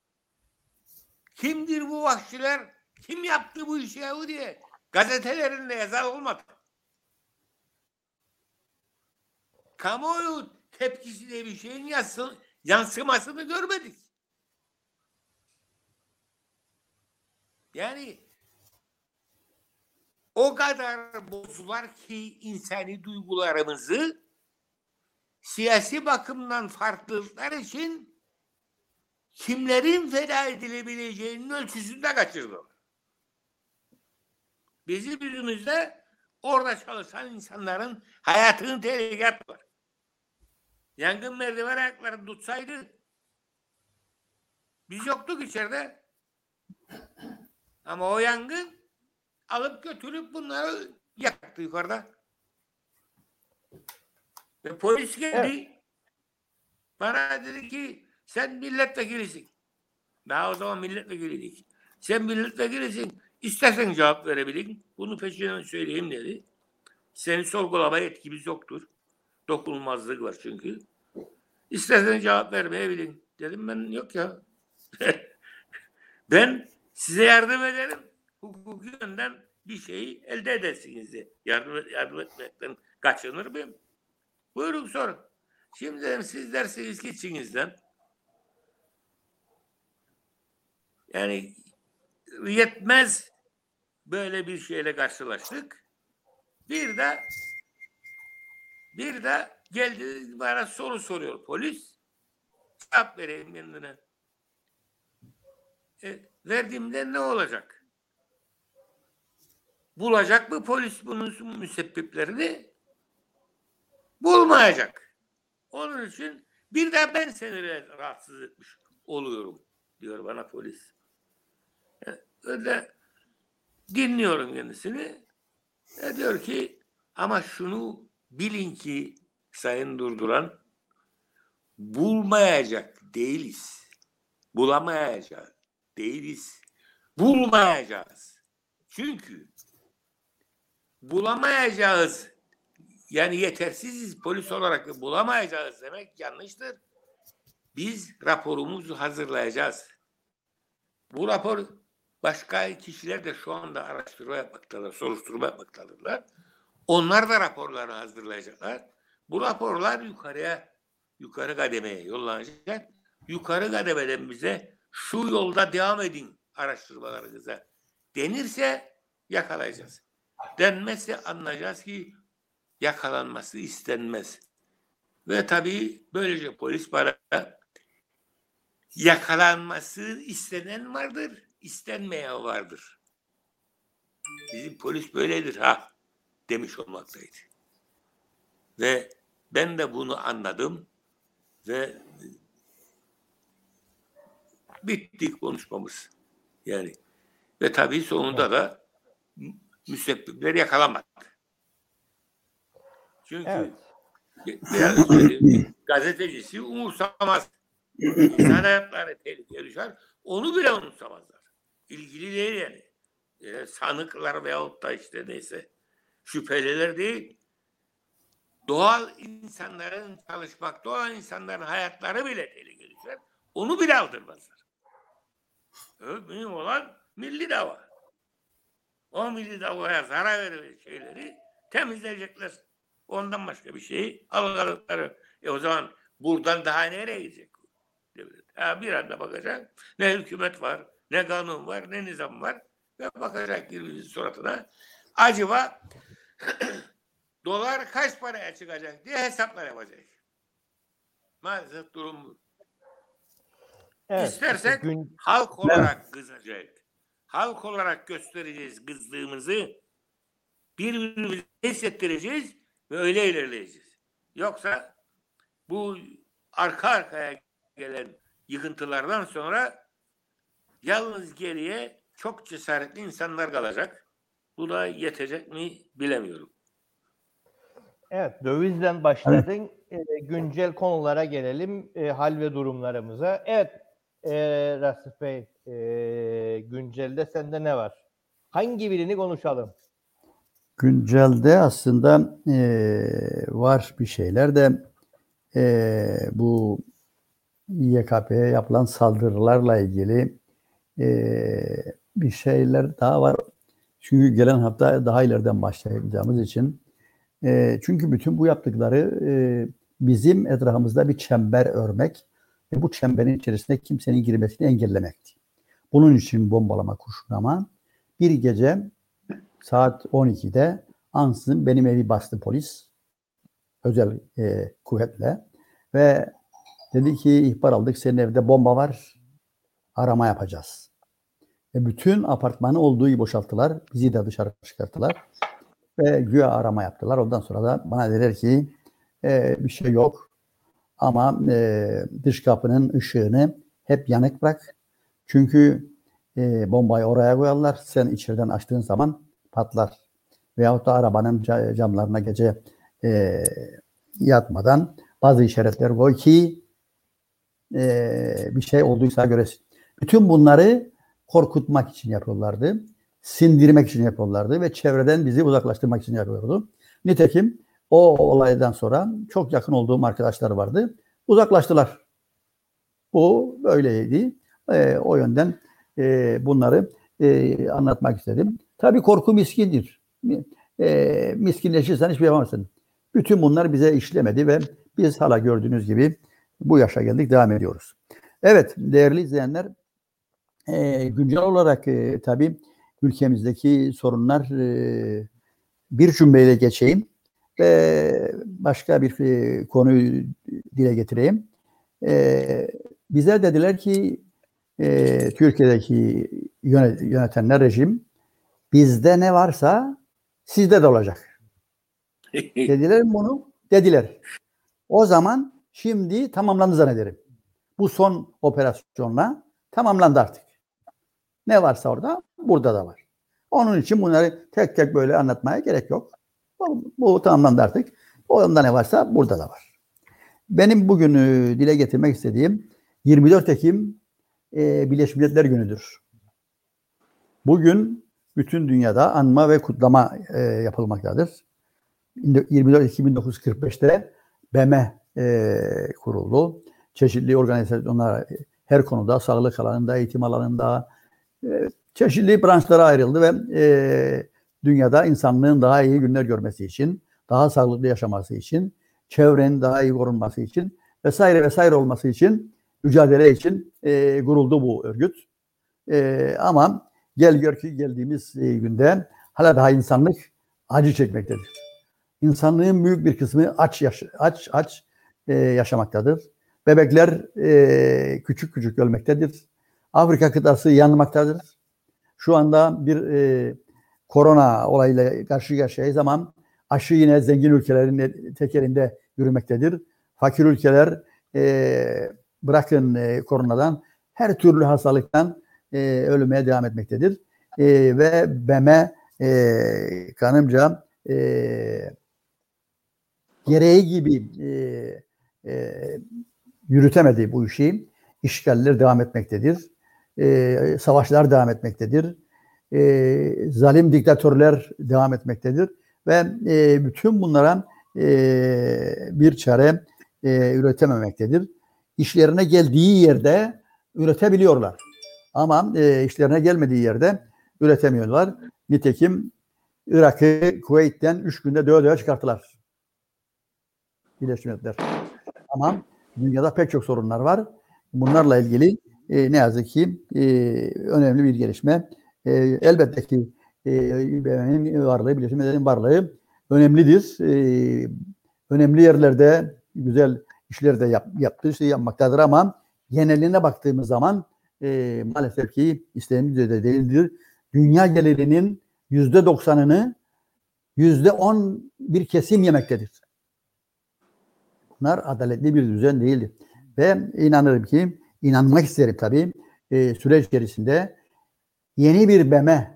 Kimdir bu vahşiler? Kim yaptı bu işi ya diye gazetelerinde yazar olmadı. Kamuoyu tepkisi diye bir şeyin yansın, yansımasını görmedik. Yani o kadar bozdular ki insani duygularımızı siyasi bakımdan farklılıklar için kimlerin feda edilebileceğinin ölçüsünde kaçırdılar. Bizim yüzümüzde orada çalışan insanların hayatını tehlikeye attılar. Yangın merdiven ayaklarını tutsaydı biz yoktuk içeride. Ama o yangın alıp götürüp bunları yaktı yukarıda. Ve polis geldi. Evet. Bana dedi ki sen milletvekilisin. Daha o zaman milletvekiliydik. Sen milletvekilisin. İstersen cevap verebilin. Bunu peşinden söyleyeyim dedi. Seni sorgulama yetkimiz yoktur. Dokunulmazlık var çünkü. İstersen cevap vermeyebilin. Dedim ben yok ya. Ben size yardım ederim. Hukuki yönden bir şeyi elde edersiniz diye. Yardım, yardım etmekten kaçınır mıyım? Buyurun sorun. Şimdi dedim siz dersiniz ki içinizden. Yani yetmez böyle bir şeyle karşılaştık. Bir de bir de geldi bana soru soruyor polis. Cevap vereyim kendine. E, verdiğimde ne olacak? Bulacak mı polis bunun müsebbiplerini? Bulmayacak. Onun için bir de ben seni rahatsız etmiş oluyorum diyor bana polis. Yani öyle dinliyorum kendisini. E diyor ki ama şunu bilin ki Sayın Durduran bulmayacak değiliz. Bulamayacağız değiliz. Bulmayacağız. Çünkü bulamayacağız yani yetersiziz polis olarak bulamayacağız demek yanlıştır. Biz raporumuzu hazırlayacağız. Bu rapor başka kişiler de şu anda araştırma yapmaktalar, soruşturma yapmaktadırlar. Onlar da raporlarını hazırlayacaklar. Bu raporlar yukarıya, yukarı kademeye yollanacak. Yukarı kademeden bize şu yolda devam edin araştırmalarınıza denirse yakalayacağız. Denmezse anlayacağız ki yakalanması istenmez. Ve tabii böylece polis bana yakalanması istenen vardır, istenmeyen vardır. Bizim polis böyledir ha demiş olmaktaydı. Ve ben de bunu anladım ve bitti konuşmamız. Yani ve tabii sonunda da müsebbipler yakalanmadı. Çünkü evet. biraz gazetecisi umursamaz. İnsan hayatları tehlikeye düşer. Onu bile umursamazlar. İlgili değil yani. yani sanıklar veyahut da işte neyse şüpheliler değil. Doğal insanların çalışmakta olan insanların hayatları bile tehlikeye düşer. Onu bile aldırmazlar. Evet, mühim olan milli dava. O milli davaya zarar veren şeyleri temizleyecekler. Ondan başka bir şey algıladıkları. E o zaman buradan daha nereye gidecek? Ha, bir anda bakacak. Ne hükümet var, ne kanun var, ne nizam var. Ve bakacak birbirimizin suratına. Acaba dolar kaç paraya çıkacak diye hesaplar yapacak. Maalesef durum bu. Evet, İstersek gün... halk olarak kızacak. Halk olarak göstereceğiz kızdığımızı. Birbirimizi hissettireceğiz ve öyle ilerleyeceğiz. Yoksa bu arka arkaya gelen yıkıntılardan sonra yalnız geriye çok cesaretli insanlar kalacak. Bu da yetecek mi bilemiyorum. Evet, dövizden başladın. Evet. E, güncel konulara gelelim. E, hal ve durumlarımıza. Evet, e, Rasif Bey, e, güncelde sende ne var? Hangi birini konuşalım? Güncelde aslında e, var bir şeyler de e, bu Y K P'ye yapılan saldırılarla ilgili e, bir şeyler daha var. Çünkü gelen hafta daha ileriden başlayacağımız için. E, çünkü bütün bu yaptıkları e, bizim etrafımızda bir çember örmek ve bu çemberin içerisinde kimsenin girmesini engellemekti. Bunun için bombalama, kurşunlama. Bir gece saat on ikide ansızın benim evi bastı polis. Özel e, kuvvetle. Ve dedi ki ihbar aldık, senin evde bomba var. Arama yapacağız. Ve bütün apartmanı olduğu gibi boşalttılar. Bizi de dışarı çıkarttılar. Ve güya arama yaptılar. Ondan sonra da bana dediler ki e, bir şey yok. Ama e, dış kapının ışığını hep yanık bırak. Çünkü e, bombayı oraya koyarlar. Sen içeriden açtığın zaman patlar. Veyahut da arabanın camlarına gece e, yatmadan bazı işaretler koy ki e, bir şey olduysa göresin. Bütün bunları korkutmak için yapıyorlardı. Sindirmek için yapıyorlardı ve çevreden bizi uzaklaştırmak için yapıyordu. Nitekim o olaydan sonra çok yakın olduğum arkadaşlar vardı. Uzaklaştılar. Bu böyleydi. E, o yönden e, bunları e, anlatmak istedim. Tabii korku miskindir. E, miskinleşirsen hiçbir şey yapamazsın. Bütün bunlar bize işlemedi ve biz hala gördüğünüz gibi bu yaşa geldik, devam ediyoruz. Evet, değerli izleyenler, e, güncel olarak e, tabii ülkemizdeki sorunlar e, bir cümleyle geçeyim ve başka bir e, konuyu dile getireyim. E, bize dediler ki e, Türkiye'deki yönetenler, rejim, bizde ne varsa sizde de olacak. Dediler mi bunu? Dediler. O zaman şimdi tamamlandı zannederim. Bu son operasyonla tamamlandı artık. Ne varsa orada, burada da var. Onun için bunları tek tek böyle anlatmaya gerek yok. Bu, bu tamamlandı artık. Onda ne varsa burada da var. Benim bugün e, dile getirmek istediğim yirmi dört Ekim e, Birleşmiş Milletler Günü'dür. Bugün bütün dünyada anma ve kutlama e, yapılmaktadır. yirmi dört Ekim bin dokuz yüz kırk beşte B M e, kuruldu. Çeşitli organizasyonlar her konuda, sağlık alanında, eğitim alanında e, çeşitli branşlara ayrıldı ve e, dünyada insanlığın daha iyi günler görmesi için, daha sağlıklı yaşaması için, çevrenin daha iyi korunması için vesaire vesaire olması için, mücadele için e, kuruldu bu örgüt. E, ama gel gör ki geldiğimiz e, günde hala daha insanlık acı çekmektedir. İnsanlığın büyük bir kısmı aç yaş aç aç e, yaşamaktadır. Bebekler e, küçük küçük ölmektedir. Afrika kıtası yanmaktadır. Şu anda bir e, korona olayıyla karşı karşıyayız ama aşı yine zengin ülkelerin tekerinde yürümektedir. Fakir ülkeler e, bırakın e, koronadan her türlü hastalıktan e, ölmeye devam etmektedir. E, ve B M e, kanımca e, gereği gibi e, e, yürütemedi bu işi. İşgaller devam etmektedir. E, savaşlar devam etmektedir. E, zalim diktatörler devam etmektedir. Ve e, bütün bunlara e, bir çare e, üretememektedir. İşlerine geldiği yerde üretebiliyorlar. Ama e, işlerine gelmediği yerde üretemiyorlar. Nitekim Irak'ı Kuveyt'ten üç günde döve döve çıkarttılar. Birleşmiş Milletler. Ama dünyada pek çok sorunlar var. Bunlarla ilgili e, ne yazık ki e, önemli bir gelişme. E, elbette ki e, İ B M'nin varlığı, Birleşmiş Milletler'in varlığı önemlidir. E, önemli yerlerde güzel işler de yap, yaptığı şey yapmaktadır ama geneline baktığımız zaman e, maalesef ki istediğimiz düzeyde değildir. Dünya gelirinin yüzde doksanını yüzde on bir kesim yemektedir. Bunlar adaletli bir düzen değildir. Ve inanırım ki, inanmak isterim tabii, e, süreç içerisinde yeni bir B M E,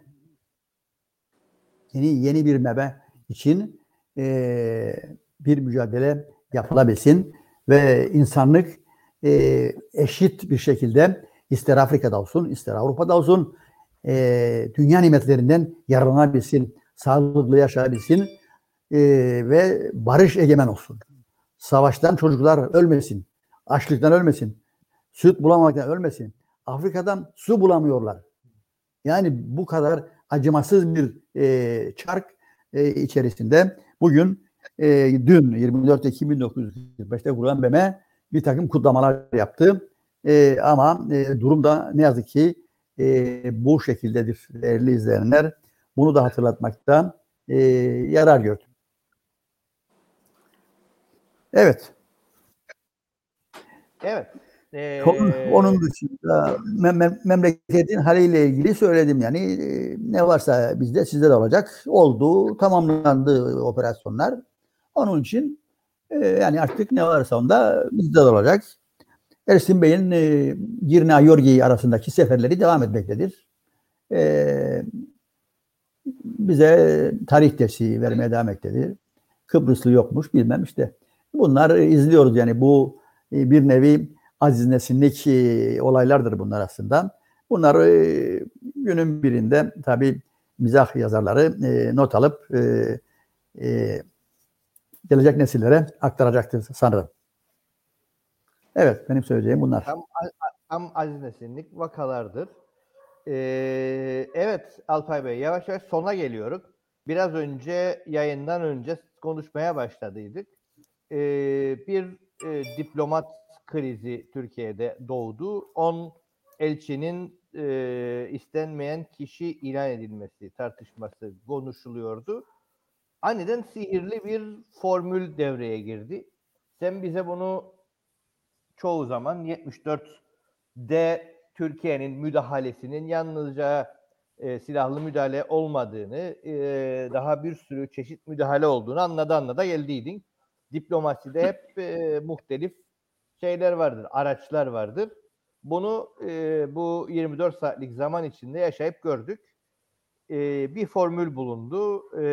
yeni, yeni bir B M E için e, bir mücadele yapılabilsin ve insanlık e, eşit bir şekilde ister Afrika'da olsun, ister Avrupa'da olsun e, dünya nimetlerinden yararlanabilsin, sağlıklı yaşayabilsin e, ve barış egemen olsun. Savaştan çocuklar ölmesin, açlıktan ölmesin, süt bulamaktan ölmesin. Afrika'dan su bulamıyorlar. Yani bu kadar acımasız bir e, çark e, içerisinde bugün e, dün yirmi dört Ekim bin dokuz yüz kırk beşte kurulan B M E bir takım kutlamalar yaptı. E, ama e, durum da ne yazık ki e, bu şekildedir değerli izleyenler. Bunu da hatırlatmakta e, yarar gördüm. Evet. Evet. Ee, Onun, onun dışında mem- memleketin haliyle ilgili söyledim yani e, ne varsa bizde sizde de olacak. Oldu, tamamlandı operasyonlar. Onun için e, yani artık ne varsa onda bizde de olacak. Ersin Bey'in e, Girne Yorgi arasındaki seferleri devam etmektedir. E, bize tarih dersi vermeye devam etmektedir. Kıbrıslı yokmuş bilmem işte. Bunlar e, izliyoruz yani bu e, bir nevi aziz nesinlik e, olaylardır bunlar aslında. Bunlar e, günün birinde tabii mizah yazarları e, not alıp e, e, gelecek nesillere aktaracaktır sanırım. Evet, benim söyleyeceğim bunlar. Tam, tam aziz nesinlik vakalardır. Ee, evet Alpay Bey, yavaş yavaş sona geliyoruz. Biraz önce yayından önce konuşmaya başladıydık. Ee, bir e, diplomat krizi Türkiye'de doğdu. on elçinin e, istenmeyen kişi ilan edilmesi tartışması konuşuluyordu. Aniden sihirli bir formül devreye girdi. Sen bize bunu çoğu zaman yetmiş dörtte Türkiye'nin müdahalesinin yalnızca e, silahlı müdahale olmadığını, e, daha bir sürü çeşit müdahale olduğunu anladı anladı geldiydin. Diplomaside hep e, muhtelif şeyler vardır, araçlar vardır. Bunu e, bu yirmi dört saatlik zaman içinde yaşayıp gördük. E, bir formül bulundu. E,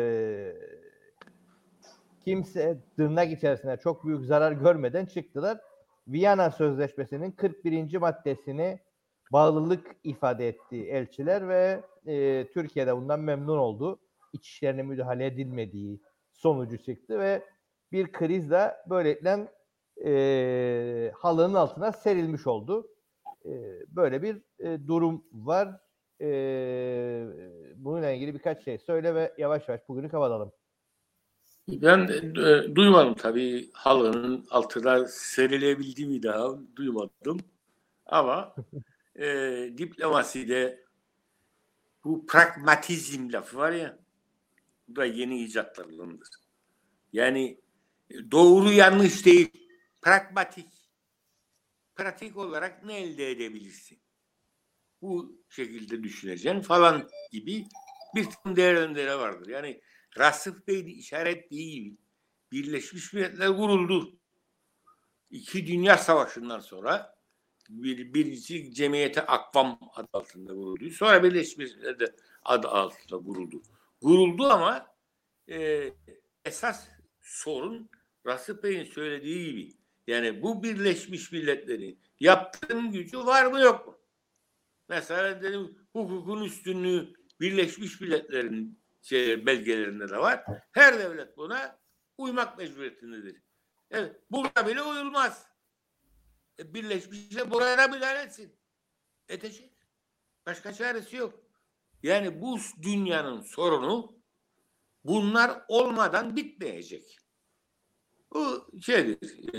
kimse tırnak içerisinde çok büyük zarar görmeden çıktılar. Viyana Sözleşmesi'nin kırk birinci maddesini bağlılık ifade etti elçiler ve e, Türkiye'de bundan memnun oldu. İç işlerine müdahale edilmediği sonucu çıktı ve bir kriz de böylelikle e, halının altına serilmiş oldu. E, böyle bir e, durum var. E, bununla ilgili birkaç şey söyle ve yavaş yavaş bugünü kapatalım. Ben e, duymadım tabii, halının altına serilebildiğimi daha duymadım. Ama e, diplomaside bu pragmatizm lafı var ya, bu da yeni icatlarındandır. Yani doğru yanlış değil, pragmatik, pratik olarak ne elde edebilirsin? Bu şekilde düşüneceksin falan gibi bir takım değerlendirmeler vardır. Yani Rasif Bey'in işaretliği gibi Birleşmiş Milletler kuruldu. İki Dünya Savaşı'ndan sonra bir, birisi Cemiyeti Akvam adı altında kuruldu. Sonra Birleşmiş Milletler adı altında kuruldu. Kuruldu ama e, esas sorun Rasif Bey'in söylediği gibi. Yani bu Birleşmiş Milletler'in yaptığın gücü var mı yok mu? Mesela dedim, hukukun üstünlüğü Birleşmiş Milletler'in şey, belgelerinde de var. Her devlet buna uymak mecburiyetindedir. Evet, burada bile uyulmaz. E, Birleşmişler buraya müdahale etsin. Edecek. Başka çaresi yok. Yani bu dünyanın sorunu bunlar olmadan bitmeyecek. Bu şeydir,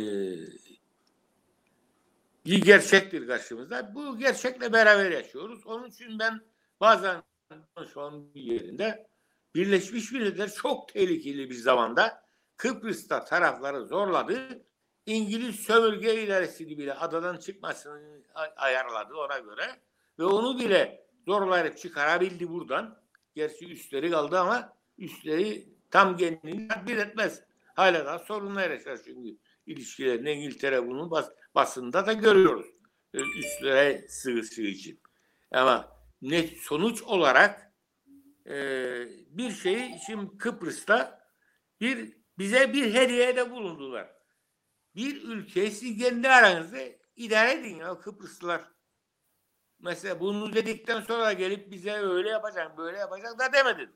e, gerçektir karşımızda. Bu gerçekle beraber yaşıyoruz. Onun için ben bazen şu an bir yerinde Birleşmiş Milletler çok tehlikeli bir zamanda Kıbrıs'ta tarafları zorladı. İngiliz sömürge ilerisini bile adadan çıkmasını ayarladı ona göre. Ve onu bile zorlayıp çıkarabildi buradan. Gerçi üstleri kaldı ama üstleri tam kendini tatbik etmez. Hala da sorunlar yaşar çünkü ilişkilerini İngiltere bunu bas, basında da görüyoruz. Üstlere sığışı için. Ama net sonuç olarak e, bir şeyi şimdi Kıbrıs'ta bir bize bir hediyede bulundular. Bir ülkeyi siz kendi aranızda idare edin ya Kıbrıslılar. Mesela bunu dedikten sonra gelip bize öyle yapacak, böyle yapacak da demediler.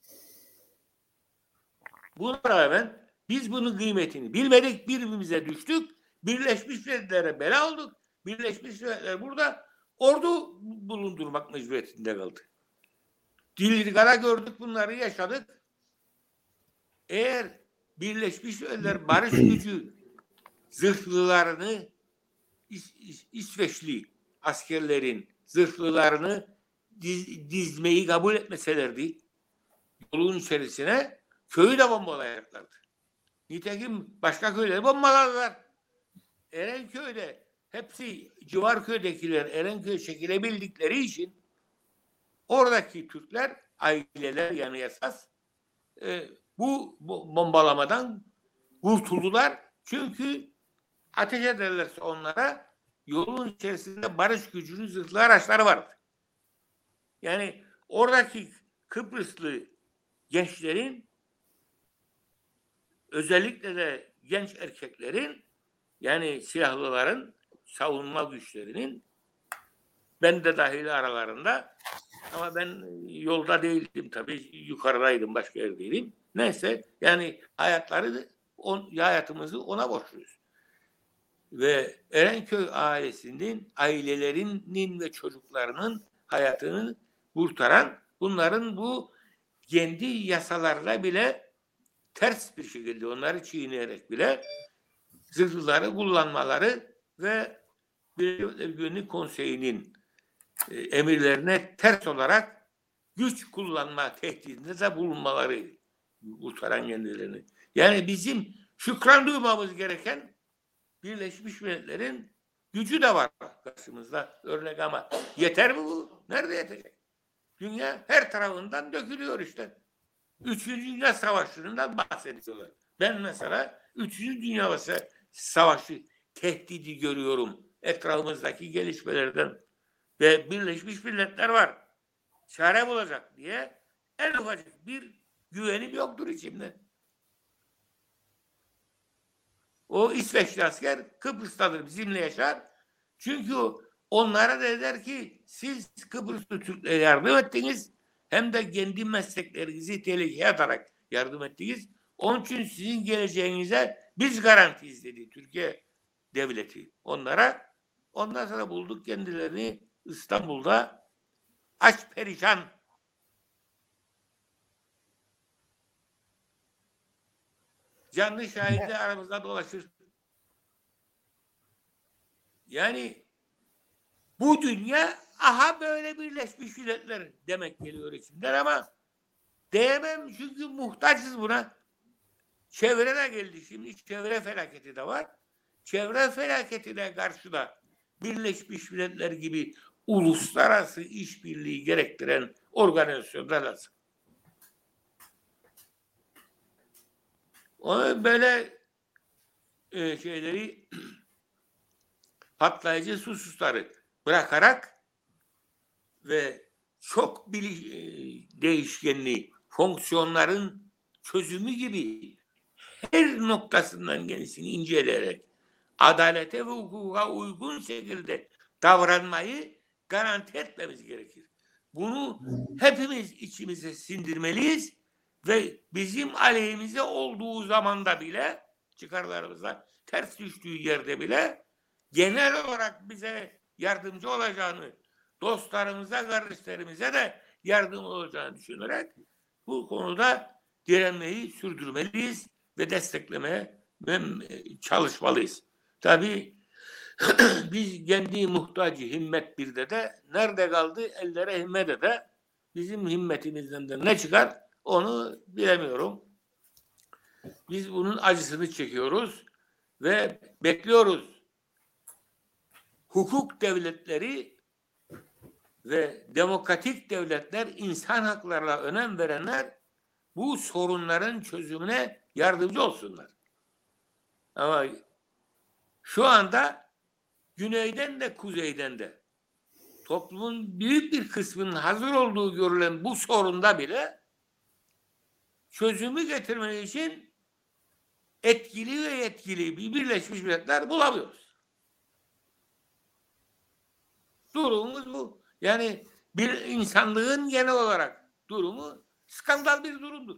Buna rağmen biz bunun kıymetini bilmedik, birbirimize düştük. Birleşmiş Milletler'e bela olduk. Birleşmiş Milletler burada ordu bulundurmak mecburiyetinde kaldı. Dillikara gördük, bunları yaşadık. Eğer Birleşmiş Milletler barış gücü zırhlılarını İs- İs- İsveçli askerlerin zırhlılarını diz, dizmeyi kabul etmeselerdi yolun içerisine köyü de bombalayacaklardı. Nitekim başka köyleri bombaladılar. Erenköy'de hepsi civar köydekiler Erenköy'e çekilebildikleri için oradaki Türkler, aileler yani esas e, bu, bu bombalamadan kurtuldular. Çünkü ateş ederlerse onlara yolun içerisinde barış gücünün zırhlı araçları vardı. Yani oradaki Kıbrıslı gençlerin özellikle de genç erkeklerin yani silahlıların savunma güçlerinin ben de dahil aralarında ama ben yolda değildim tabii yukarıdaydım başka yerdeydim. Neyse yani hayatları on, hayatımızı ona borçluyuz. Ve Erenköy ailesinin, ailelerinin ve çocuklarının hayatını kurtaran bunların bu kendi yasalarla bile ters bir şekilde onları çiğneyerek bile zırhlıları kullanmaları ve Birleşmiş Güvenlik Konseyi'nin e, emirlerine ters olarak güç kullanma tehdidinde de bulunmaları kurtaran kendilerini. Yani bizim şükran duymamız gereken Birleşmiş Milletler'in gücü de var karşımızda örnek ama yeter mi bu? Nerede yetecek? Dünya her tarafından dökülüyor işte. Üçüncü Dünya Savaşı'ndan bahsediyorlar. Ben mesela Üçüncü Dünya Savaşı tehdidi görüyorum etrafımızdaki gelişmelerden ve Birleşmiş Milletler var. Çare bulacak diye en ufacık bir güvenim yoktur içimde. O İsveçli asker Kıbrıs'tadır, bizimle yaşar. Çünkü onlara da der ki siz Kıbrıslı Türklere yardım ettiniz hem de kendi mesleklerinizi tehlikeye atarak yardım ettiniz. Onun için sizin geleceğinize biz garantiyiz dedi Türkiye devleti onlara. Ondan sonra bulduk kendilerini İstanbul'da aç perişan. Canlı şahitler aramızda dolaşır. Yani bu dünya aha böyle Birleşmiş Milletler demek geliyor içimden ama diyemem çünkü muhtaçız buna. Çevre de geldi şimdi. Çevre felaketi de var. Çevre felaketine karşı da Birleşmiş Milletler gibi uluslararası işbirliği gerektiren organizasyonlar lazım. Onu böyle e, şeyleri patlayıcı hususları bırakarak ve çok bili, e, değişkenli fonksiyonların çözümü gibi her noktasından kendisini inceleyerek adalete ve hukuka uygun şekilde davranmayı garanti etmemiz gerekir. Bunu hepimiz içimize sindirmeliyiz ve bizim aleyhimize olduğu zamanda bile çıkarlarımıza ters düştüğü yerde bile genel olarak bize yardımcı olacağını, dostlarımıza, kardeşlerimize de yardım olacağını düşünerek bu konuda direnmeyi sürdürmeliyiz ve desteklemeye çalışmalıyız. Tabii biz kendi muhtacı himmet birde de nerede kaldı ellere himmete de bizim himmetimizden de ne çıkar onu bilemiyorum. Biz bunun acısını çekiyoruz ve bekliyoruz. Hukuk devletleri ve demokratik devletler, insan haklarına önem verenler bu sorunların çözümüne yardımcı olsunlar. Ama şu anda güneyden de kuzeyden de toplumun büyük bir kısmının hazır olduğu görülen bu sorunda bile çözümü getirmek için etkili ve yetkili bir Birleşmiş Milletler bulamıyoruz. Durumumuz bu. Yani bir insanlığın genel olarak durumu skandal bir durumdur.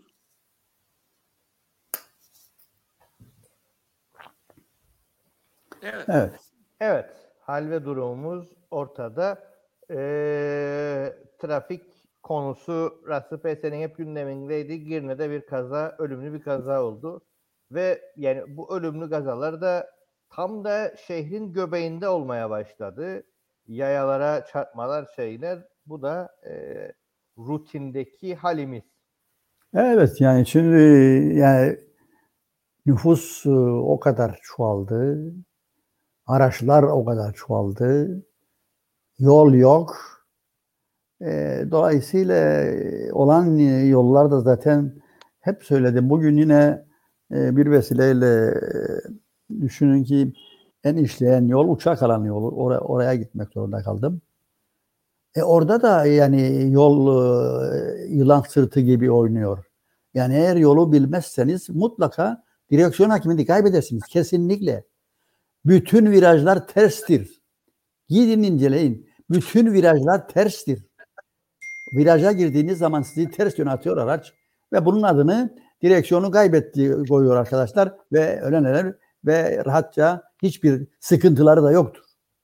Evet. Evet. Evet. Hal ve durumumuz ortada. Ee, trafik konusu Rasip Esen'in hep gündemindeydi. Girne'de bir kaza, ölümlü bir kaza oldu. Ve yani bu ölümlü kazalar da tam da şehrin göbeğinde olmaya başladı. Yayalara çarpmalar, şeyler. Bu da e, rutindeki halimiz. Evet, yani şimdi yani nüfus e, o kadar çoğaldı. Araçlar o kadar çoğaldı. Yol yok. E, dolayısıyla olan yollar da zaten hep söyledim. Bugün yine e, bir vesileyle e, düşünün ki en işleyen yol Uçakalan yolu. Oraya, oraya gitmek zorunda kaldım. E orada da yani yol e, yılan sırtı gibi oynuyor. Yani eğer yolu bilmezseniz mutlaka direksiyon hakimiyeti kaybedersiniz. Kesinlikle. Bütün virajlar terstir. Gidin inceleyin. Bütün virajlar terstir. Viraja girdiğiniz zaman sizi ters yöne atıyor araç ve bunun adını direksiyonu kaybetti koyuyor arkadaşlar ve ölenler ve rahatça hiçbir sıkıntıları da yoktur.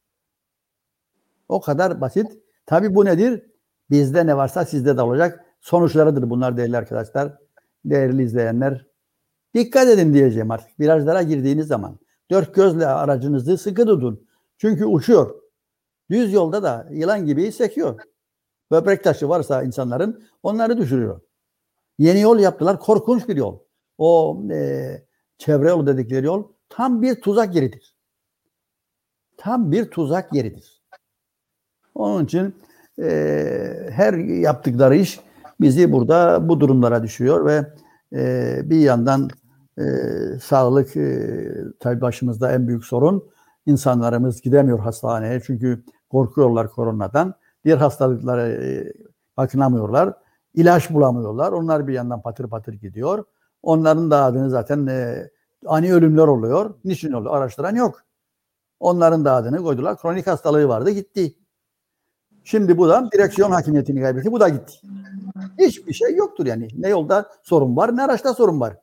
O kadar basit. Tabii bu nedir? Bizde ne varsa sizde de olacak. Sonuçlarıdır bunlar değerli arkadaşlar. Değerli izleyenler. Dikkat edin diyeceğim artık. Virajlara girdiğiniz zaman dört gözle aracınızı sıkı tutun. Çünkü uçuyor. Düz yolda da yılan gibi sekiyor. Böbrek taşı varsa insanların onları düşürüyor. Yeni yol yaptılar. Korkunç bir yol. O e, çevre yolu dedikleri yol tam bir tuzak yeridir. Tam bir tuzak yeridir. Onun için e, her yaptıkları iş bizi burada bu durumlara düşüyor ve e, bir yandan e, sağlık e, tabii başımızda en büyük sorun. İnsanlarımız gidemiyor hastaneye çünkü korkuyorlar koronadan. Diğer hastalıklara e, bakınamıyorlar. İlaç bulamıyorlar. Onlar bir yandan patır patır gidiyor. Onların da adını zaten e, ani ölümler oluyor. Niçin oluyor? Araştıran yok. Onların da adını koydular. Kronik hastalığı vardı gitti. Şimdi bu da direksiyon hakimiyetini kaybetti. Bu da gitti. Hiçbir şey yoktur yani. Ne yolda sorun var ne araçta sorun var.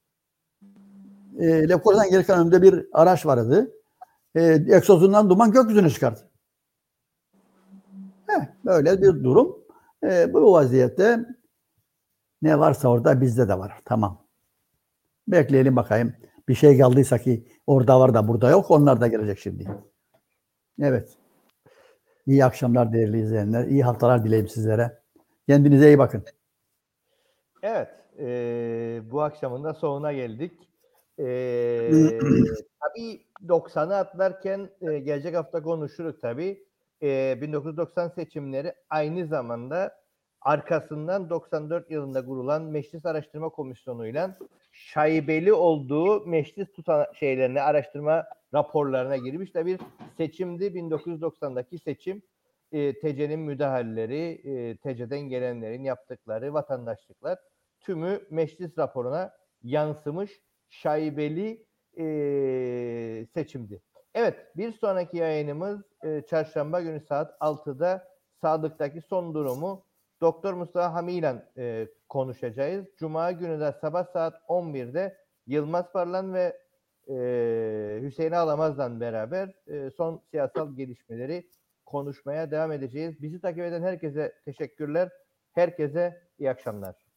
E, Lefkoşa'dan gelirken önümde bir araç vardı. E, egzozundan duman gökyüzüne çıkardı. Heh, böyle bir durum. E, bu vaziyette ne varsa orada bizde de var. Tamam. Bekleyelim bakayım. Bir şey kaldıysa ki orada var da burada yok. Onlar da gelecek şimdi. Evet. İyi akşamlar değerli izleyenler. İyi haftalar dileyim sizlere. Kendinize iyi bakın. Evet. E, bu akşamın da sonuna geldik. E, tabii doksanı atlarken e, gelecek hafta konuşuruz tabii. E, bin dokuz yüz doksan seçimleri aynı zamanda arkasından doksan dört yılında kurulan Meclis Araştırma Komisyonu'yla şaibeli olduğu meclis tutan şeylerine, araştırma raporlarına girmiş de bir seçimdi. bin dokuz yüz doksandaki seçim e, T C'nin müdahaleleri, e, T C'den gelenlerin yaptıkları vatandaşlıklar tümü meclis raporuna yansımış şaibeli e, seçimdi. Evet, bir sonraki yayınımız e, çarşamba günü saat altıda Sadık'taki son durumu Doktor Mustafa Hami ile e, konuşacağız. Cuma günü de sabah saat on birde Yılmaz Parlan ve e, Hüseyin Ağlamaz'la beraber e, son siyasal gelişmeleri konuşmaya devam edeceğiz. Bizi takip eden herkese teşekkürler. Herkese iyi akşamlar.